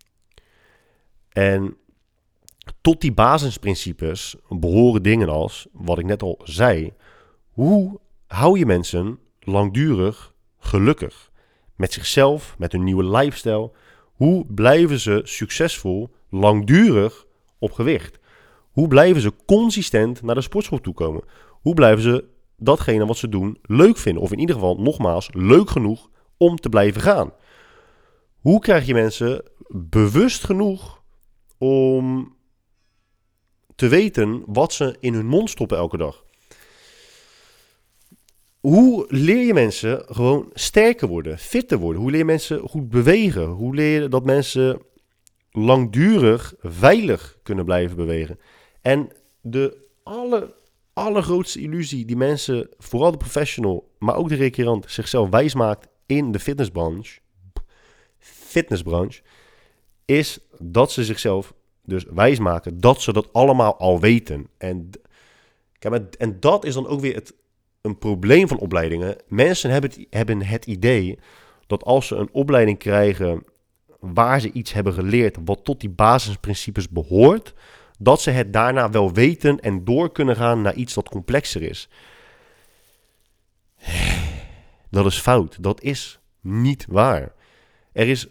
En tot die basisprincipes behoren dingen als, wat ik net al zei, hoe hou je mensen langdurig gelukkig? Met zichzelf, met hun nieuwe lifestyle. Hoe blijven ze succesvol langdurig op gewicht? Hoe blijven ze consistent naar de sportschool toekomen? Hoe blijven ze datgene wat ze doen leuk vinden? Of in ieder geval, nogmaals, leuk genoeg om te blijven gaan? Hoe krijg je mensen bewust genoeg om te weten wat ze in hun mond stoppen elke dag? hoe leer je mensen gewoon sterker worden, fitter worden? Hoe leer je mensen goed bewegen? Hoe leer je dat mensen langdurig veilig kunnen blijven bewegen? En de aller, allergrootste illusie die mensen, vooral de professional, maar ook de recreant, zichzelf wijsmaakt in de fitnessbranche, fitnessbranche, is dat ze zichzelf dus wijsmaken dat ze dat allemaal al weten. En, en dat is dan ook weer het, een probleem van opleidingen. Mensen hebben het, hebben het idee dat als ze een opleiding krijgen waar ze iets hebben geleerd wat tot die basisprincipes behoort, dat ze het daarna wel weten en door kunnen gaan naar iets dat complexer is. Dat is fout. Dat is niet waar. Er is...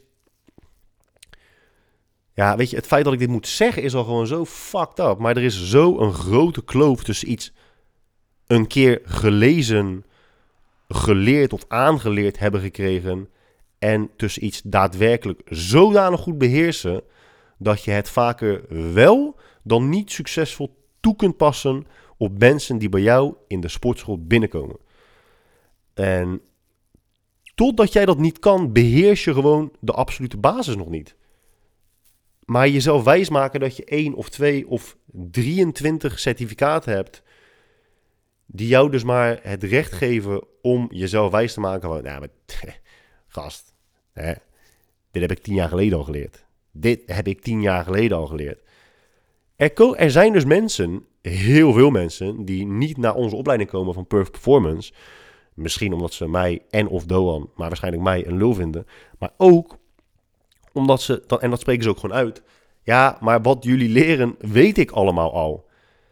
Ja, weet je, het feit dat ik dit moet zeggen is al gewoon zo fucked up. Maar er is zo een grote kloof tussen iets een keer gelezen, geleerd of aangeleerd hebben gekregen en tussen iets daadwerkelijk zodanig goed beheersen dat je het vaker wel dan niet succesvol toe kunt passen op mensen die bij jou in de sportschool binnenkomen. En totdat jij dat niet kan, beheers je gewoon de absolute basis nog niet. Maar jezelf wijsmaken dat je één of twee of drieëntwintig certificaten hebt die jou dus maar het recht geven om jezelf wijs te maken van, nou, maar, gast, hè, dit heb ik tien jaar geleden al geleerd. Dit heb ik tien jaar geleden al geleerd. Er, ko- er zijn dus mensen, heel veel mensen, die niet naar onze opleiding komen van Perfect Performance. Misschien omdat ze mij en of Doan, maar waarschijnlijk mij een lul vinden. Maar ook omdat ze, en dat spreken ze ook gewoon uit. Ja, maar wat jullie leren, weet ik allemaal al.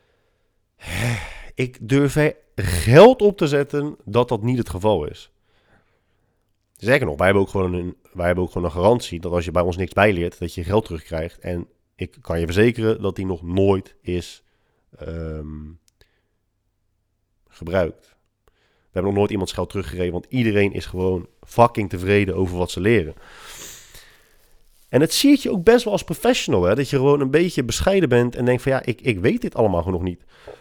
Ik durf er geld op te zetten dat dat niet het geval is. Zeker nog, wij hebben ook gewoon een, wij hebben ook gewoon een garantie dat als je bij ons niks bijleert, dat je geld terugkrijgt. En ik kan je verzekeren dat die nog nooit is um, gebruikt. We hebben nog nooit iemands geld teruggegeven, want iedereen is gewoon fucking tevreden over wat ze leren. En het zie je ook best wel als professional, hè, dat je gewoon een beetje bescheiden bent en denkt van ja, ik, ik weet dit allemaal gewoon nog niet.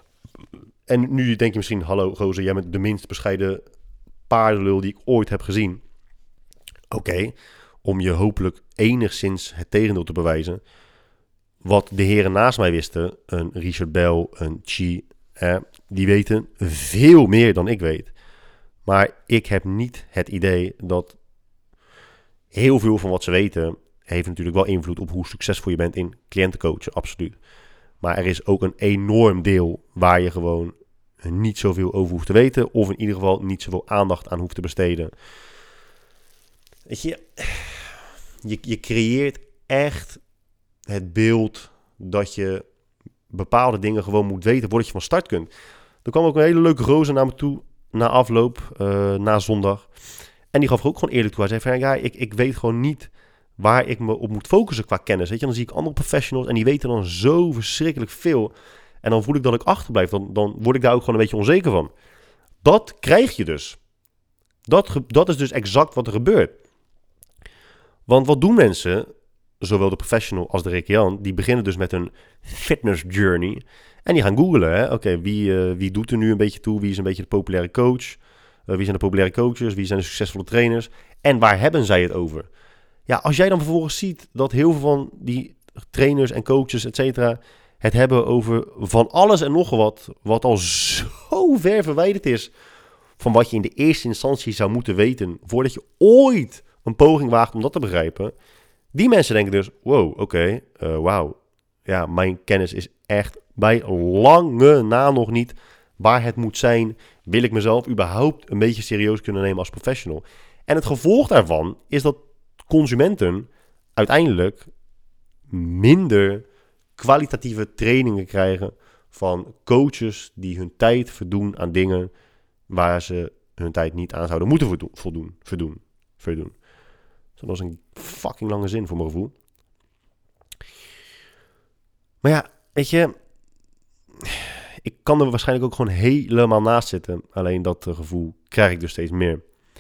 En nu denk je misschien, hallo gozer, jij bent de minst bescheiden paardenlul die ik ooit heb gezien. Oké, okay, om je hopelijk enigszins het tegendeel te bewijzen. Wat de heren naast mij wisten, een Richard Bell, een Chi, eh, die weten veel meer dan ik weet. Maar ik heb niet het idee dat heel veel van wat ze weten heeft natuurlijk wel invloed op hoe succesvol je bent in cliëntencoachen, absoluut. Maar er is ook een enorm deel waar je gewoon niet zoveel over hoeft te weten. Of in ieder geval niet zoveel aandacht aan hoeft te besteden. Weet je, je, je creëert echt het beeld dat je bepaalde dingen gewoon moet weten voordat je van start kunt. Er kwam ook een hele leuke gozer naar me toe na afloop, uh, na zondag. En die gaf er ook gewoon eerlijk toe. Hij zei van ja, ik, ik weet gewoon niet waar ik me op moet focussen qua kennis. Weet je, dan zie ik andere professionals en die weten dan zo verschrikkelijk veel. En dan voel ik dat ik achterblijf. Dan, dan word ik daar ook gewoon een beetje onzeker van. Dat krijg je dus. Dat, dat is dus exact wat er gebeurt. Want wat doen mensen, zowel de professional als de recreant, die beginnen dus met een fitness journey. En die gaan googlen. Oké, okay, wie, uh, wie doet er nu een beetje toe? Wie is een beetje de populaire coach? Uh, wie zijn de populaire coaches? Wie zijn de succesvolle trainers? En waar hebben zij het over? Ja, als jij dan vervolgens ziet dat heel veel van die trainers en coaches, et cetera, het hebben over van alles en nog wat, wat al zo ver verwijderd is van wat je in de eerste instantie zou moeten weten, voordat je ooit een poging waagt om dat te begrijpen. Die mensen denken dus, wow, oké, okay, uh, wauw. Ja, mijn kennis is echt bij lange na nog niet waar het moet zijn. Wil ik mezelf überhaupt een beetje serieus kunnen nemen als professional? En het gevolg daarvan is dat consumenten uiteindelijk minder kwalitatieve trainingen krijgen van coaches die hun tijd verdoen aan dingen waar ze hun tijd niet aan zouden moeten voldoen, voldoen, verdoen, verdoen. Dat was een fucking lange zin voor mijn gevoel. Maar ja, weet je, ik kan er waarschijnlijk ook gewoon helemaal naast zitten. Alleen dat uh, gevoel krijg ik dus steeds meer.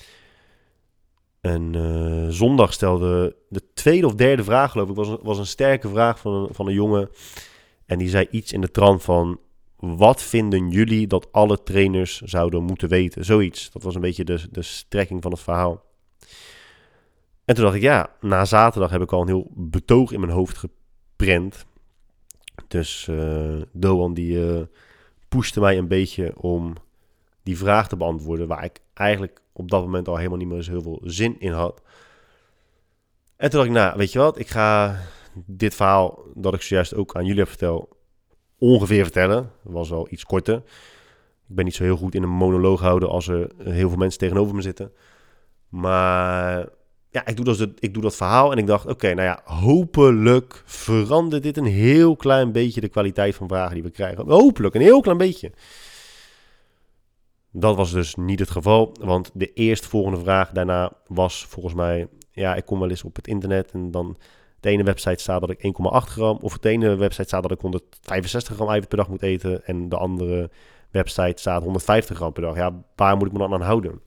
En uh, zondag stelde de tweede of derde vraag, geloof ik, was een, was een sterke vraag van een, van een jongen. En die zei iets in de trant van, wat vinden jullie dat alle trainers zouden moeten weten? Zoiets. Dat was een beetje de, de strekking van het verhaal. En toen dacht ik, ja, na zaterdag heb ik al een heel betoog in mijn hoofd geprent. Dus uh, Doan die uh, pushte mij een beetje om die vraag te beantwoorden, waar ik eigenlijk op dat moment al helemaal niet meer zo heel veel zin in had. En toen dacht ik, nou, weet je wat, ik ga dit verhaal dat ik zojuist ook aan jullie heb verteld, ongeveer vertellen. Dat was wel iets korter. Ik ben niet zo heel goed in een monoloog houden als er heel veel mensen tegenover me zitten. Maar ja, ik doe dat, ik doe dat verhaal en ik dacht, oké, okay, nou ja, hopelijk verandert dit een heel klein beetje de kwaliteit van vragen die we krijgen. Hopelijk, een heel klein beetje. Dat was dus niet het geval, want de eerstvolgende vraag daarna was volgens mij, ja, ik kom wel eens op het internet en dan de ene website staat dat ik één komma acht gram, of de ene website staat dat ik honderdvijfenzestig gram eiwit per dag moet eten en de andere website staat honderdvijftig gram per dag. Ja, waar moet ik me dan aan houden?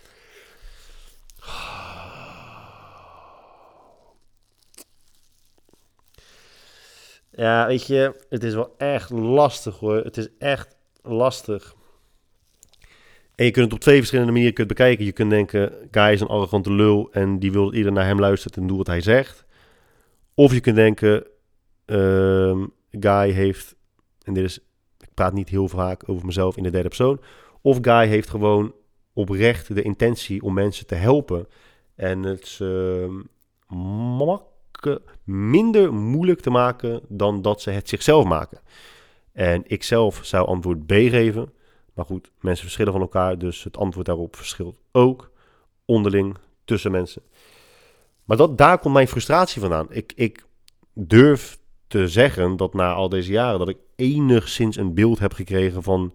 Ja, weet je, het is wel echt lastig hoor. Het is echt lastig. En je kunt het op twee verschillende manieren kunt bekijken. Je kunt denken, Guy is een arrogante lul en die wil dat iedereen naar hem luistert en doet wat hij zegt. Of je kunt denken, um, Guy heeft, en dit is, ik praat niet heel vaak over mezelf in de derde persoon. Of Guy heeft gewoon oprecht de intentie om mensen te helpen. En het uh, mak- minder moeilijk te maken dan dat ze het zichzelf maken. En ik zelf zou antwoord B geven. Maar goed, mensen verschillen van elkaar, dus het antwoord daarop verschilt ook onderling tussen mensen. Maar dat, daar komt mijn frustratie vandaan. Ik, ik durf te zeggen dat na al deze jaren dat ik enigszins een beeld heb gekregen van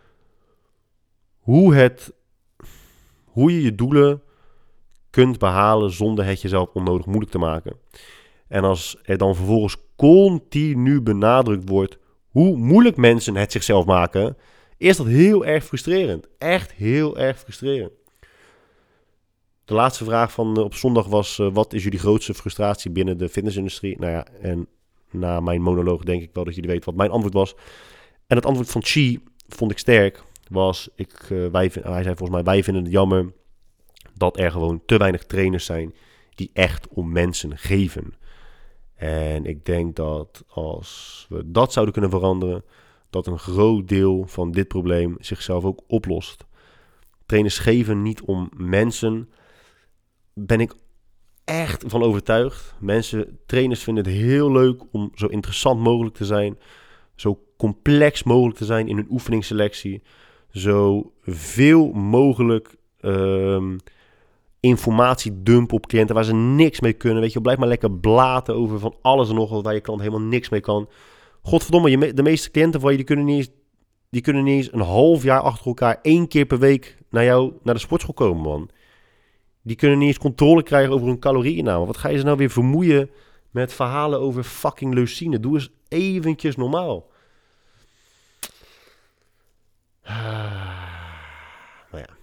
hoe, het, hoe je je doelen kunt behalen zonder het jezelf onnodig moeilijk te maken. En als er dan vervolgens continu benadrukt wordt hoe moeilijk mensen het zichzelf maken, is dat heel erg frustrerend. Echt heel erg frustrerend. De laatste vraag van uh, op zondag was, uh, wat is jullie grootste frustratie binnen de fitnessindustrie? Nou ja, en na mijn monoloog denk ik wel dat jullie weten wat mijn antwoord was. En het antwoord van Chi vond ik sterk. Was, ik, uh, wij, hij zei volgens mij, wij vinden het jammer dat er gewoon te weinig trainers zijn die echt om mensen geven. En ik denk dat als we dat zouden kunnen veranderen, dat een groot deel van dit probleem zichzelf ook oplost. Trainers geven niet om mensen, ben ik echt van overtuigd. Mensen, trainers vinden het heel leuk om zo interessant mogelijk te zijn, zo complex mogelijk te zijn in hun oefeningsselectie, zo veel mogelijk um, informatie dumpen op cliënten waar ze niks mee kunnen. Weet je, blijf maar lekker blaten over van alles en nog wat waar je klant helemaal niks mee kan. Godverdomme, je me- de meeste cliënten van je, die kunnen niet eens, die kunnen niet eens een half jaar achter elkaar één keer per week naar jou, naar de sportschool komen, man. Die kunnen niet eens controle krijgen over hun calorieinname. Wat ga je ze nou weer vermoeien met verhalen over fucking leucine? Doe eens eventjes normaal. Nou ja.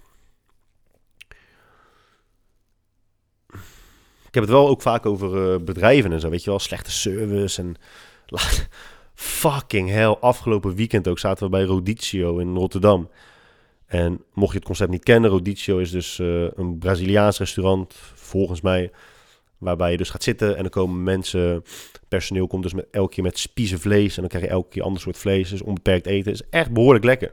Ik heb het wel ook vaak over uh, bedrijven en zo, weet je wel. Slechte service en fucking hell. Afgelopen weekend ook zaten we bij Rodizio in Rotterdam. En mocht je het concept niet kennen, Rodizio is dus uh, een Braziliaans restaurant, volgens mij, waarbij je dus gaat zitten en dan komen mensen, personeel komt dus met, elke keer met spiezen vlees en dan krijg je elke keer een ander soort vlees, dus onbeperkt eten. Het is echt behoorlijk lekker.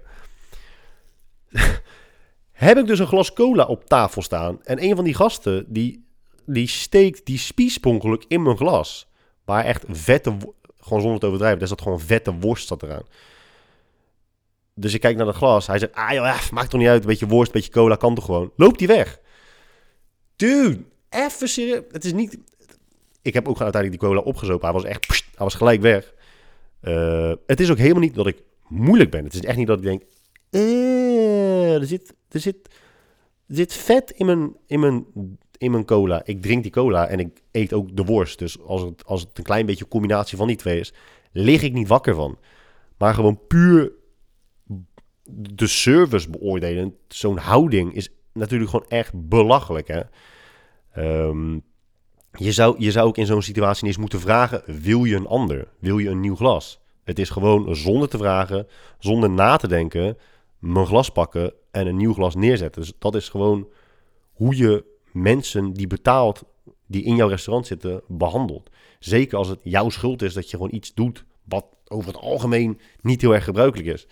Heb ik dus een glas cola op tafel staan en een van die gasten, die, die steekt die spies per ongeluk in mijn glas. Waar echt vette, gewoon zonder te overdrijven, daar zat gewoon vette worst zat eraan. Dus ik kijk naar dat glas. Hij zegt, ah joh, maakt toch niet uit. Een beetje worst, een beetje cola, kan toch gewoon. Loopt die weg. Dude, even serieus. Het is niet... Ik heb ook uiteindelijk die cola opgezopen. Hij was echt... Pssst, hij was gelijk weg. Uh, het is ook helemaal niet dat ik moeilijk ben. Het is echt niet dat ik denk... Uh, er, zit, er, zit, er zit vet in mijn, in, mijn, in mijn cola. Ik drink die cola en ik eet ook de worst. Dus als het, als het een klein beetje een combinatie van die twee is... lig ik niet wakker van. Maar gewoon puur... de service beoordelen, zo'n houding is natuurlijk gewoon echt belachelijk. Hè? Um, je, zou, je zou ook in zo'n situatie niet eens moeten vragen, wil je een ander? Wil je een nieuw glas? Het is gewoon zonder te vragen, zonder na te denken, mijn glas pakken en een nieuw glas neerzetten. Dus dat is gewoon hoe je mensen die betaalt, die in jouw restaurant zitten, behandelt. Zeker als het jouw schuld is dat je gewoon iets doet wat over het algemeen niet heel erg gebruikelijk is.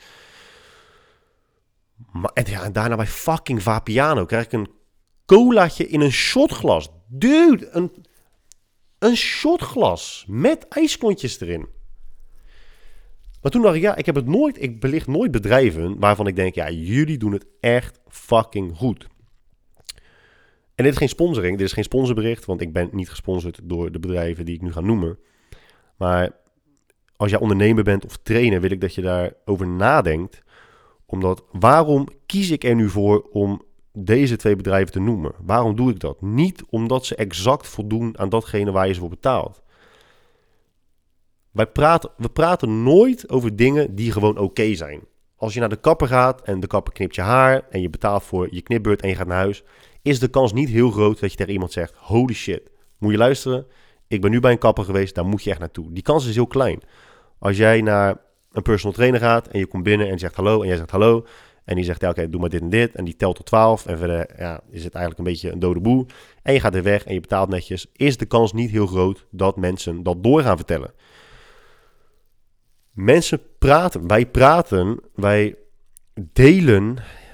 Maar en, ja, en daarna bij fucking Vapiano krijg ik een colaatje in een shotglas. Dude, een, een shotglas met ijsklontjes erin. Maar toen dacht ik, ja, ik heb het nooit, ik belicht nooit bedrijven waarvan ik denk, ja, jullie doen het echt fucking goed. En dit is geen sponsoring, dit is geen sponsorbericht, want ik ben niet gesponsord door de bedrijven die ik nu ga noemen. Maar als jij ondernemer bent of trainer, wil ik dat je daarover nadenkt. Omdat, waarom kies ik er nu voor om deze twee bedrijven te noemen? Waarom doe ik dat? Niet omdat ze exact voldoen aan datgene waar je ze voor betaalt. Wij praten, we praten nooit over dingen die gewoon oké okay zijn. Als je naar de kapper gaat en de kapper knipt je haar en je betaalt voor je knipbeurt en je gaat naar huis, is de kans niet heel groot dat je tegen iemand zegt, holy shit, moet je luisteren? Ik ben nu bij een kapper geweest, daar moet je echt naartoe. Die kans is heel klein. Als jij naar een personal trainer gaat en je komt binnen en zegt hallo en jij zegt hallo en die zegt ja, oké, okay, doe maar dit en dit en die telt tot twaalf en verder ja, is het eigenlijk een beetje een dode boel en je gaat er weg en je betaalt netjes, is de kans niet heel groot dat mensen dat door gaan vertellen. Mensen praten, wij praten, wij delen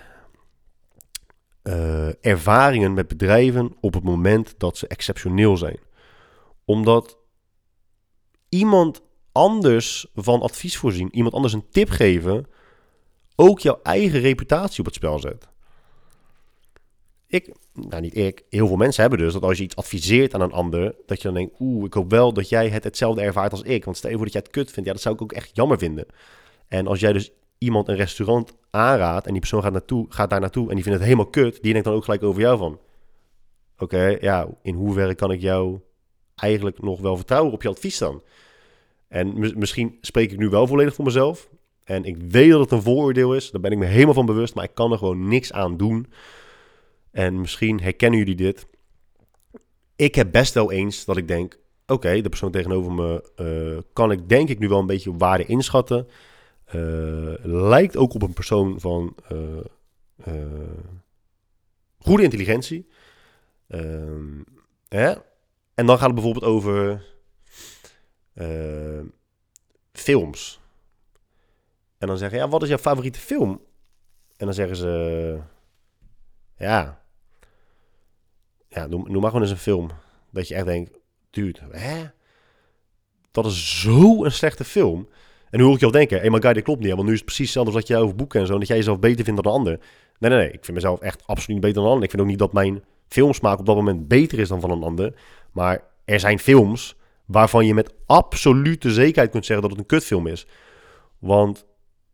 uh, ervaringen met bedrijven op het moment dat ze exceptioneel zijn. Omdat iemand anders van advies voorzien, iemand anders een tip geven, ook jouw eigen reputatie op het spel zet. Ik, nou niet ik, heel veel mensen hebben dus dat als je iets adviseert aan een ander, dat je dan denkt, oeh, ik hoop wel dat jij het hetzelfde ervaart als ik. Want stel je voor dat jij het kut vindt, ja, dat zou ik ook echt jammer vinden. En als jij dus iemand een restaurant aanraadt en die persoon gaat, naartoe, gaat daar naartoe en die vindt het helemaal kut, die denkt dan ook gelijk over jou van, oké, okay, ja, in hoeverre kan ik jou eigenlijk nog wel vertrouwen op je advies dan? En m- misschien spreek ik nu wel volledig voor mezelf. En ik weet dat het een vooroordeel is, daar ben ik me helemaal van bewust, maar ik kan er gewoon niks aan doen. En misschien herkennen jullie dit. Ik heb best wel eens dat ik denk, oké, okay, de persoon tegenover me uh, kan ik denk ik nu wel een beetje op waarde inschatten. Uh, lijkt ook op een persoon van uh, uh, goede intelligentie. Uh, hè? En dan gaat het bijvoorbeeld over uh, films. En dan zeggen, ja, wat is jouw favoriete film? En dan zeggen ze, ja, ja noem, noem maar gewoon eens een film. Dat je echt denkt, dude, hè? Dat is zo een slechte film. En nu hoor ik je al denken, hé, maar guy, dit klopt niet. Want nu is het precies hetzelfde als dat jij over boeken en zo. En dat jij jezelf beter vindt dan de ander. Nee, nee, nee. Ik vind mezelf echt absoluut niet beter dan een ander. Ik vind ook niet dat mijn filmsmaak op dat moment beter is dan van een ander. Maar er zijn films waarvan je met absolute zekerheid kunt zeggen dat het een kutfilm is. Want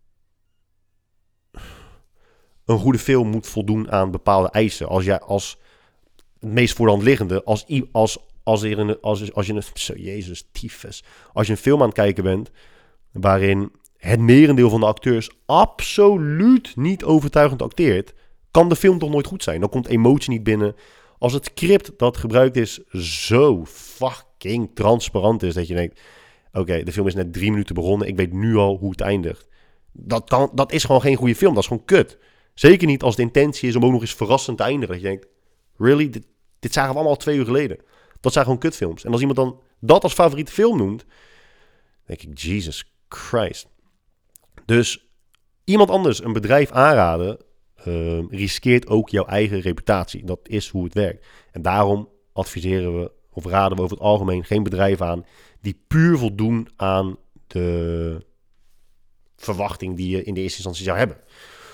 een goede film moet voldoen aan bepaalde eisen. Als jij als het meest voor de hand liggende, als, als, als, er een, als, als je een, zo, jezus, tyfus, als je een film aan het kijken bent, waarin het merendeel van de acteurs absoluut niet overtuigend acteert, kan de film toch nooit goed zijn. Dan komt emotie niet binnen. Als het script dat gebruikt is zo fucking transparant is, dat je denkt, oké, okay, de film is net drie minuten begonnen, ik weet nu al hoe het eindigt. Dat, kan, dat is gewoon geen goede film, dat is gewoon kut. Zeker niet als de intentie is om ook nog eens verrassend te eindigen. Dat je denkt, really? Dit, dit zagen we allemaal al twee uur geleden. Dat zijn gewoon kutfilms. En als iemand dan dat als favoriete film noemt, denk ik, Jesus Christ. Dus iemand anders een bedrijf aanraden, uh, riskeert ook jouw eigen reputatie. Dat is hoe het werkt. En daarom adviseren we, of raden we over het algemeen geen bedrijf aan die puur voldoen aan de verwachting die je in de eerste instantie zou hebben.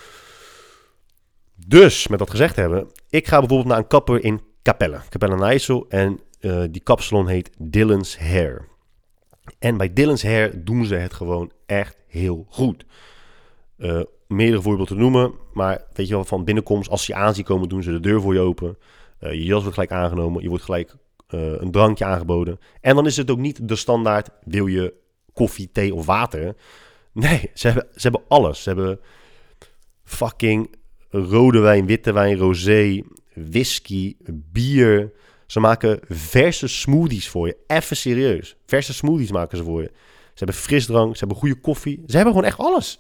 Dus, met dat gezegd hebben, ik ga bijvoorbeeld naar een kapper in Capelle. Capelle aan IJssel. En uh, die kapsalon heet Dylan's Hair. En bij Dylan's Hair doen ze het gewoon echt heel goed. Uh, meerdere voorbeelden te noemen. Maar weet je wel, van binnenkomst, als ze je aan zien komen, doen ze de deur voor je open. Uh, je jas wordt gelijk aangenomen. Je wordt gelijk uh, een drankje aangeboden. En dan is het ook niet de standaard, wil je koffie, thee of water? Nee, ze hebben, ze hebben alles. Ze hebben fucking rode wijn, witte wijn, rosé, whisky, bier. Ze maken verse smoothies voor je. Even serieus. Verse smoothies maken ze voor je. Ze hebben frisdrank, ze hebben goede koffie. Ze hebben gewoon echt alles.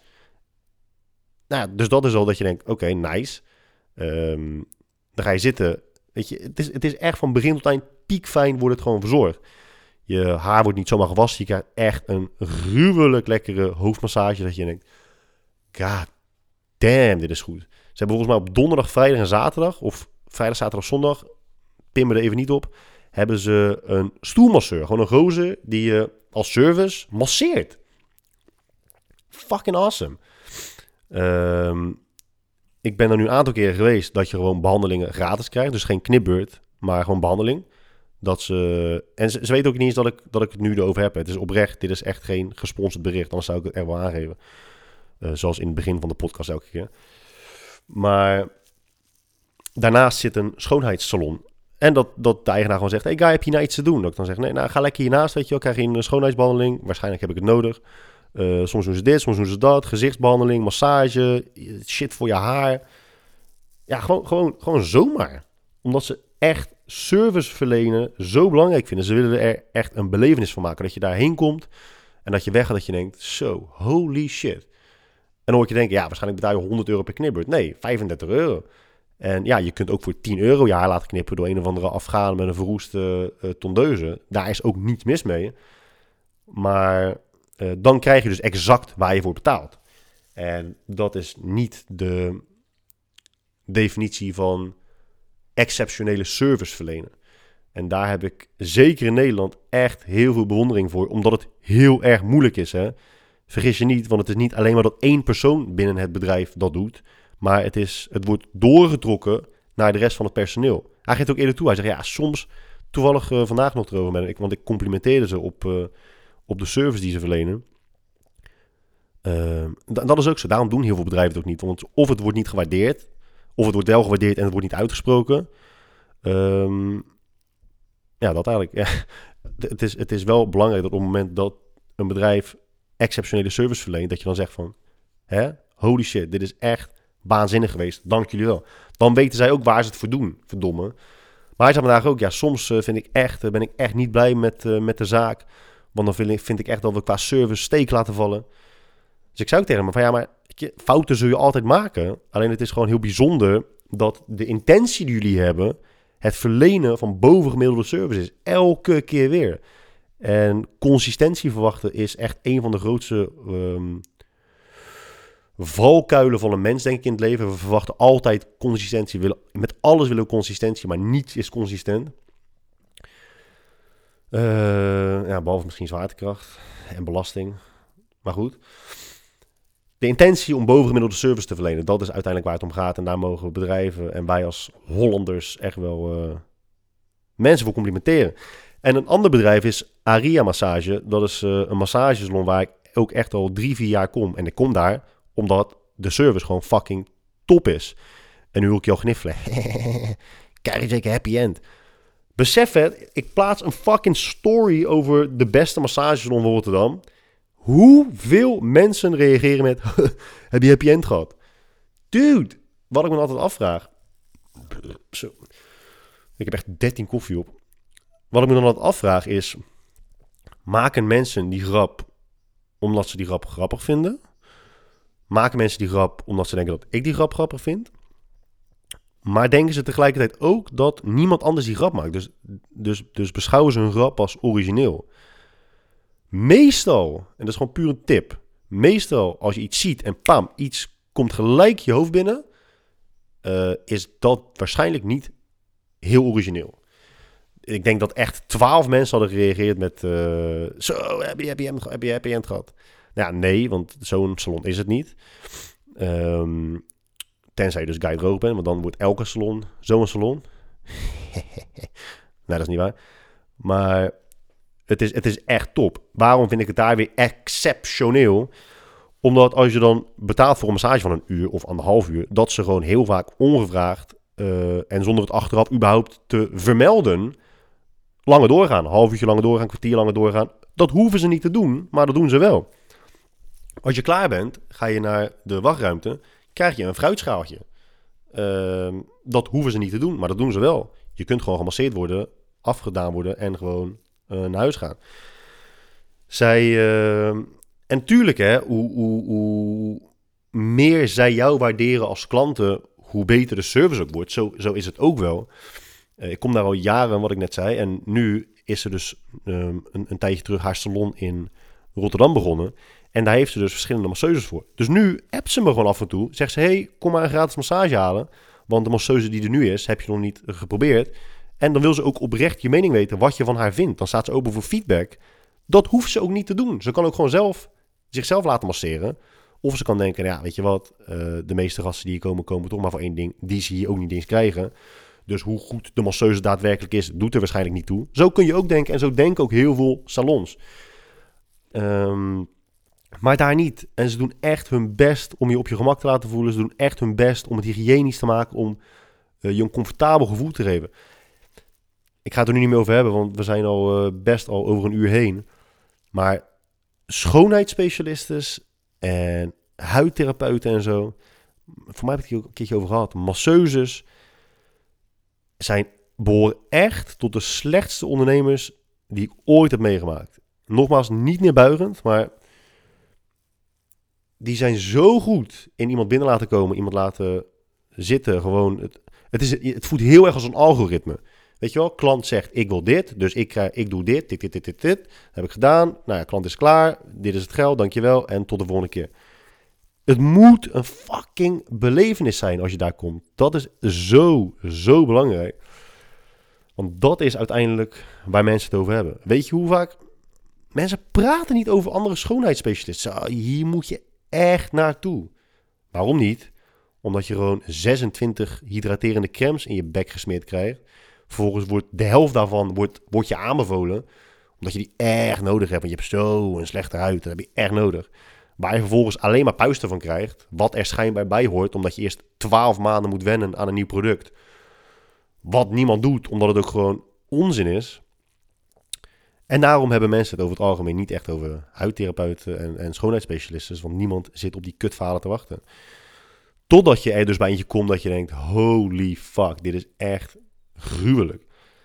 Nou, dus dat is al dat je denkt, oké, okay, nice. Um, dan ga je zitten. Weet je, het is, het is echt van begin tot eind piekfijn wordt het gewoon verzorgd. Je haar wordt niet zomaar gewassen. Je krijgt echt een gruwelijk lekkere hoofdmassage. Dat je denkt, god damn, dit is goed. Ze hebben volgens mij op donderdag, vrijdag en zaterdag, of vrijdag, zaterdag, zondag, pin me er even niet op, hebben ze een stoelmasseur. Gewoon een gozer die je als service masseert. Fucking awesome. Um, ik ben er nu een aantal keren geweest dat je gewoon behandelingen gratis krijgt. Dus geen knipbeurt, maar gewoon behandeling. Dat ze, en ze, ze weten ook niet eens dat ik, dat ik het nu erover heb. Het is oprecht, dit is echt geen gesponsord bericht. Anders zou ik het echt wel aangeven. Uh, zoals in het begin van de podcast elke keer. Maar daarnaast zit een schoonheidssalon. En dat, dat de eigenaar gewoon zegt, hey guy, heb je nou iets te doen? Dat ik dan zeg, nee, nou ga lekker hiernaast, weet je wel. Krijg je een schoonheidsbehandeling. Waarschijnlijk heb ik het nodig. Uh, soms doen ze dit, soms doen ze dat. Gezichtsbehandeling, massage, shit voor je haar. Ja, gewoon, gewoon, gewoon zomaar. Omdat ze echt service verlenen zo belangrijk vinden. Ze willen er echt een belevenis van maken. Dat je daarheen komt en dat je weggaat dat je denkt, zo, holy shit. En dan hoor je denken, ja, waarschijnlijk betaal je honderd euro per knipbeurt. Nee, vijfendertig euro. En ja, je kunt ook voor tien euro je haar laten knippen door een of andere afgaan met een verroeste uh, tondeuze. Daar is ook niets mis mee. Maar uh, dan krijg je dus exact waar je voor betaalt. En dat is niet de definitie van exceptionele service verlenen. En daar heb ik zeker in Nederland echt heel veel bewondering voor, omdat het heel erg moeilijk is. Hè? Vergis je niet, want het is niet alleen maar dat één persoon binnen het bedrijf dat doet, maar het, is, het wordt doorgetrokken naar de rest van het personeel. Hij geeft ook eerder toe. Hij zegt, ja, soms, toevallig uh, vandaag nog erover met ik, want ik complimenteerde ze op, uh, op de service die ze verlenen. Uh, d- dat is ook zo. Daarom doen heel veel bedrijven het ook niet. Want of het wordt niet gewaardeerd, of het wordt wel gewaardeerd en het wordt niet uitgesproken. Um, ja, dat eigenlijk. Ja. Het, is, het is wel belangrijk dat op het moment dat een bedrijf exceptionele service verleent, dat je dan zegt van, hè, holy shit, dit is echt waanzinnig geweest. Dank jullie wel. Dan weten zij ook waar ze het voor doen, verdomme. Maar hij zei vandaag ook, ja, soms uh, vind ik echt, uh, ben ik echt niet blij met, uh, met de zaak. Want dan vind ik, vind ik echt dat we qua service steek laten vallen. Dus ik zei ook tegen hem van, ja, maar fouten zul je altijd maken. Alleen het is gewoon heel bijzonder dat de intentie die jullie hebben, het verlenen van bovengemiddelde service is. Elke keer weer. En consistentie verwachten is echt een van de grootste um, valkuilen van een mens, denk ik, in het leven. We verwachten altijd consistentie. We willen, met alles willen we consistentie, maar niets is consistent. Uh, ja, behalve misschien zwaartekracht en belasting. Maar goed. De intentie om bovengemiddelde service te verlenen, dat is uiteindelijk waar het om gaat. En daar mogen bedrijven en wij als Hollanders echt wel uh, mensen voor complimenteren. En een ander bedrijf is Aria Massage. Dat is uh, een massagesalon waar ik ook echt al drie, vier jaar kom. En ik kom daar omdat de service gewoon fucking top is. En nu wil ik jou gniffelen. Krijg je zeker happy end. Besef het, ik plaats een fucking story over de beste massagesalon van Rotterdam. Hoeveel mensen reageren met, heb je happy end gehad? Dude, wat ik me altijd afvraag. Zo. Ik heb echt dertien koffie op. Wat ik me dan altijd afvraag is, maken mensen die grap omdat ze die grap grappig vinden? Maken mensen die grap omdat ze denken dat ik die grap grappig vind? Maar denken ze tegelijkertijd ook dat niemand anders die grap maakt? Dus, dus, dus beschouwen ze hun grap als origineel? Meestal, en dat is gewoon puur een tip, meestal als je iets ziet en pam, iets komt gelijk je hoofd binnen, uh, is dat waarschijnlijk niet heel origineel. Ik denk dat echt twaalf mensen hadden gereageerd met, uh, zo, heb je happy end, heb je happy end gehad? Nou ja, nee, want zo'n salon is het niet. Um, tenzij je dus guide rook bent, want dan wordt elke salon zo'n salon. Nee, dat is niet waar. Maar het is, het is echt top. Waarom vind ik het daar weer exceptioneel? Omdat als je dan betaalt voor een massage van een uur of anderhalf uur, dat ze gewoon heel vaak ongevraagd uh, en zonder het achteraf überhaupt te vermelden, langer doorgaan. Een half uurtje langer doorgaan, een kwartier langer doorgaan. Dat hoeven ze niet te doen, maar dat doen ze wel. Als je klaar bent, ga je naar de wachtruimte, krijg je een fruitschaaltje. Uh, dat hoeven ze niet te doen, maar dat doen ze wel. Je kunt gewoon gemasseerd worden, afgedaan worden en gewoon uh, naar huis gaan. Zij, uh, en tuurlijk, hè, hoe, hoe, hoe meer zij jou waarderen als klanten, hoe beter de service ook wordt. Zo, zo is het ook wel. Uh, ik kom daar al jaren, wat ik net zei. En nu is er dus um, een, een tijdje terug haar salon in Rotterdam begonnen. En daar heeft ze dus verschillende masseuses voor. Dus nu appt ze me gewoon af en toe. Zegt ze, hey, kom maar een gratis massage halen. Want de masseuse die er nu is, heb je nog niet geprobeerd. En dan wil ze ook oprecht je mening weten wat je van haar vindt. Dan staat ze open voor feedback. Dat hoeft ze ook niet te doen. Ze kan ook gewoon zelf zichzelf laten masseren. Of ze kan denken, ja, weet je wat, uh, de meeste gasten die hier komen, komen toch maar voor één ding. Die ze hier ook niet eens krijgen. Dus hoe goed de masseuse daadwerkelijk is, doet er waarschijnlijk niet toe. Zo kun je ook denken en zo denken ook heel veel salons. Um, maar daar niet. En ze doen echt hun best om je op je gemak te laten voelen. Ze doen echt hun best om het hygiënisch te maken, om uh, je een comfortabel gevoel te geven. Ik ga het er nu niet meer over hebben, want we zijn al uh, best al over een uur heen. Maar schoonheidsspecialisten en huidtherapeuten en zo, voor mij heb ik het hier ook een keertje over gehad. Masseuses zijn behoren echt tot de slechtste ondernemers die ik ooit heb meegemaakt. Nogmaals, niet neerbuigend, maar die zijn zo goed in iemand binnen laten komen, iemand laten zitten. Gewoon, het, het, is, het voelt heel erg als een algoritme. Weet je wel, klant zegt, ik wil dit, dus ik, krijg, ik doe dit, dit, dit, dit, dit, dit. Dat heb ik gedaan. Nou ja, klant is klaar. Dit is het geld, dankjewel. En tot de volgende keer. Het moet een fucking belevenis zijn als je daar komt. Dat is zo, zo belangrijk. Want dat is uiteindelijk waar mensen het over hebben. Weet je hoe vaak? Mensen praten niet over andere schoonheidsspecialisten. Hier moet je echt naartoe. Waarom niet? Omdat je gewoon zesentwintig hydraterende crèmes in je bek gesmeerd krijgt. Vervolgens wordt de helft daarvan wordt, wordt je aanbevolen. Omdat je die echt nodig hebt. Want je hebt zo een slechte huid. Dat heb je echt nodig. Waar je vervolgens alleen maar puisten van krijgt. Wat er schijnbaar bij hoort. Omdat je eerst twaalf maanden moet wennen aan een nieuw product. Wat niemand doet. Omdat het ook gewoon onzin is. En daarom hebben mensen het over het algemeen niet echt over huidtherapeuten en, en schoonheidsspecialisten. Want niemand zit op die kutverhalen te wachten. Totdat je er dus bij eentje komt dat je denkt, holy fuck, dit is echt gruwelijk.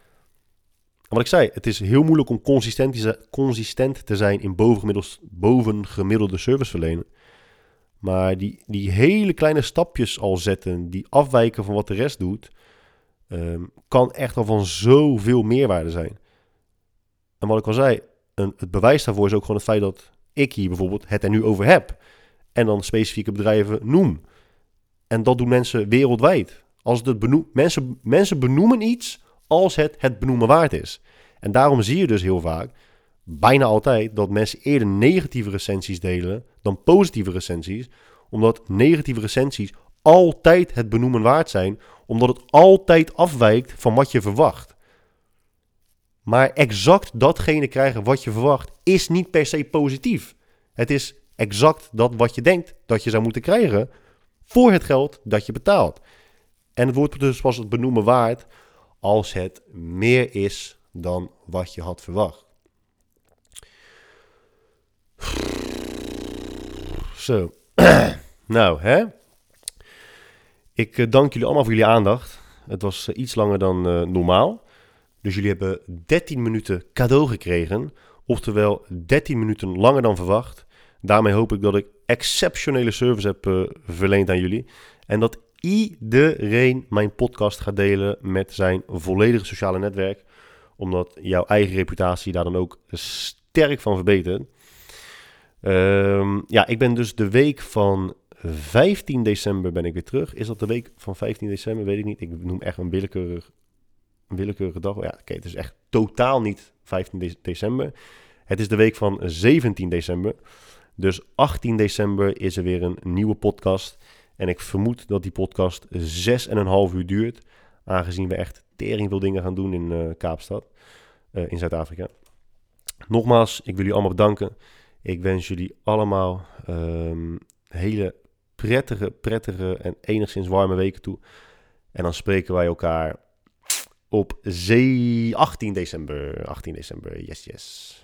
En wat ik zei, het is heel moeilijk om consistent, consistent te zijn in bovengemiddelde service verlenen. Maar die, die hele kleine stapjes al zetten, die afwijken van wat de rest doet, um, kan echt al van zoveel meerwaarde zijn. En wat ik al zei, een, het bewijs daarvoor is ook gewoon het feit dat ik hier bijvoorbeeld het er nu over heb. En dan specifieke bedrijven noem. En dat doen mensen wereldwijd. Als het benoem, mensen, mensen benoemen iets als het het benoemen waard is. En daarom zie je dus heel vaak, bijna altijd, dat mensen eerder negatieve recensies delen dan positieve recensies. Omdat negatieve recensies altijd het benoemen waard zijn. Omdat het altijd afwijkt van wat je verwacht. Maar exact datgene krijgen wat je verwacht is niet per se positief. Het is exact dat wat je denkt dat je zou moeten krijgen voor het geld dat je betaalt. En het wordt dus pas het benoemen waard als het meer is dan wat je had verwacht. Zo. Nou, hè? Ik uh, dank jullie allemaal voor jullie aandacht. Het was uh, iets langer dan uh, normaal. Dus jullie hebben dertien minuten cadeau gekregen. Oftewel dertien minuten langer dan verwacht. Daarmee hoop ik dat ik exceptionele service heb uh, verleend aan jullie. En dat iedereen mijn podcast gaat delen met zijn volledige sociale netwerk. Omdat jouw eigen reputatie daar dan ook sterk van verbetert. Um, ja, ik ben dus de week van vijftien december ben ik weer terug. Is dat de week van vijftien december? Weet ik niet. Ik noem echt een willekeurig, een willekeurige dag. Ja, oké, okay, het is echt totaal niet vijftien december. Het is de week van zeventien december. Dus achttien december is er weer een nieuwe podcast. En ik vermoed dat die podcast zes en een half uur duurt. Aangezien we echt tering veel dingen gaan doen in uh, Kaapstad. Uh, in Zuid-Afrika. Nogmaals, ik wil jullie allemaal bedanken. Ik wens jullie allemaal um, hele prettige, prettige en enigszins warme weken toe. En dan spreken wij elkaar op achttien december. achttien december, yes, yes.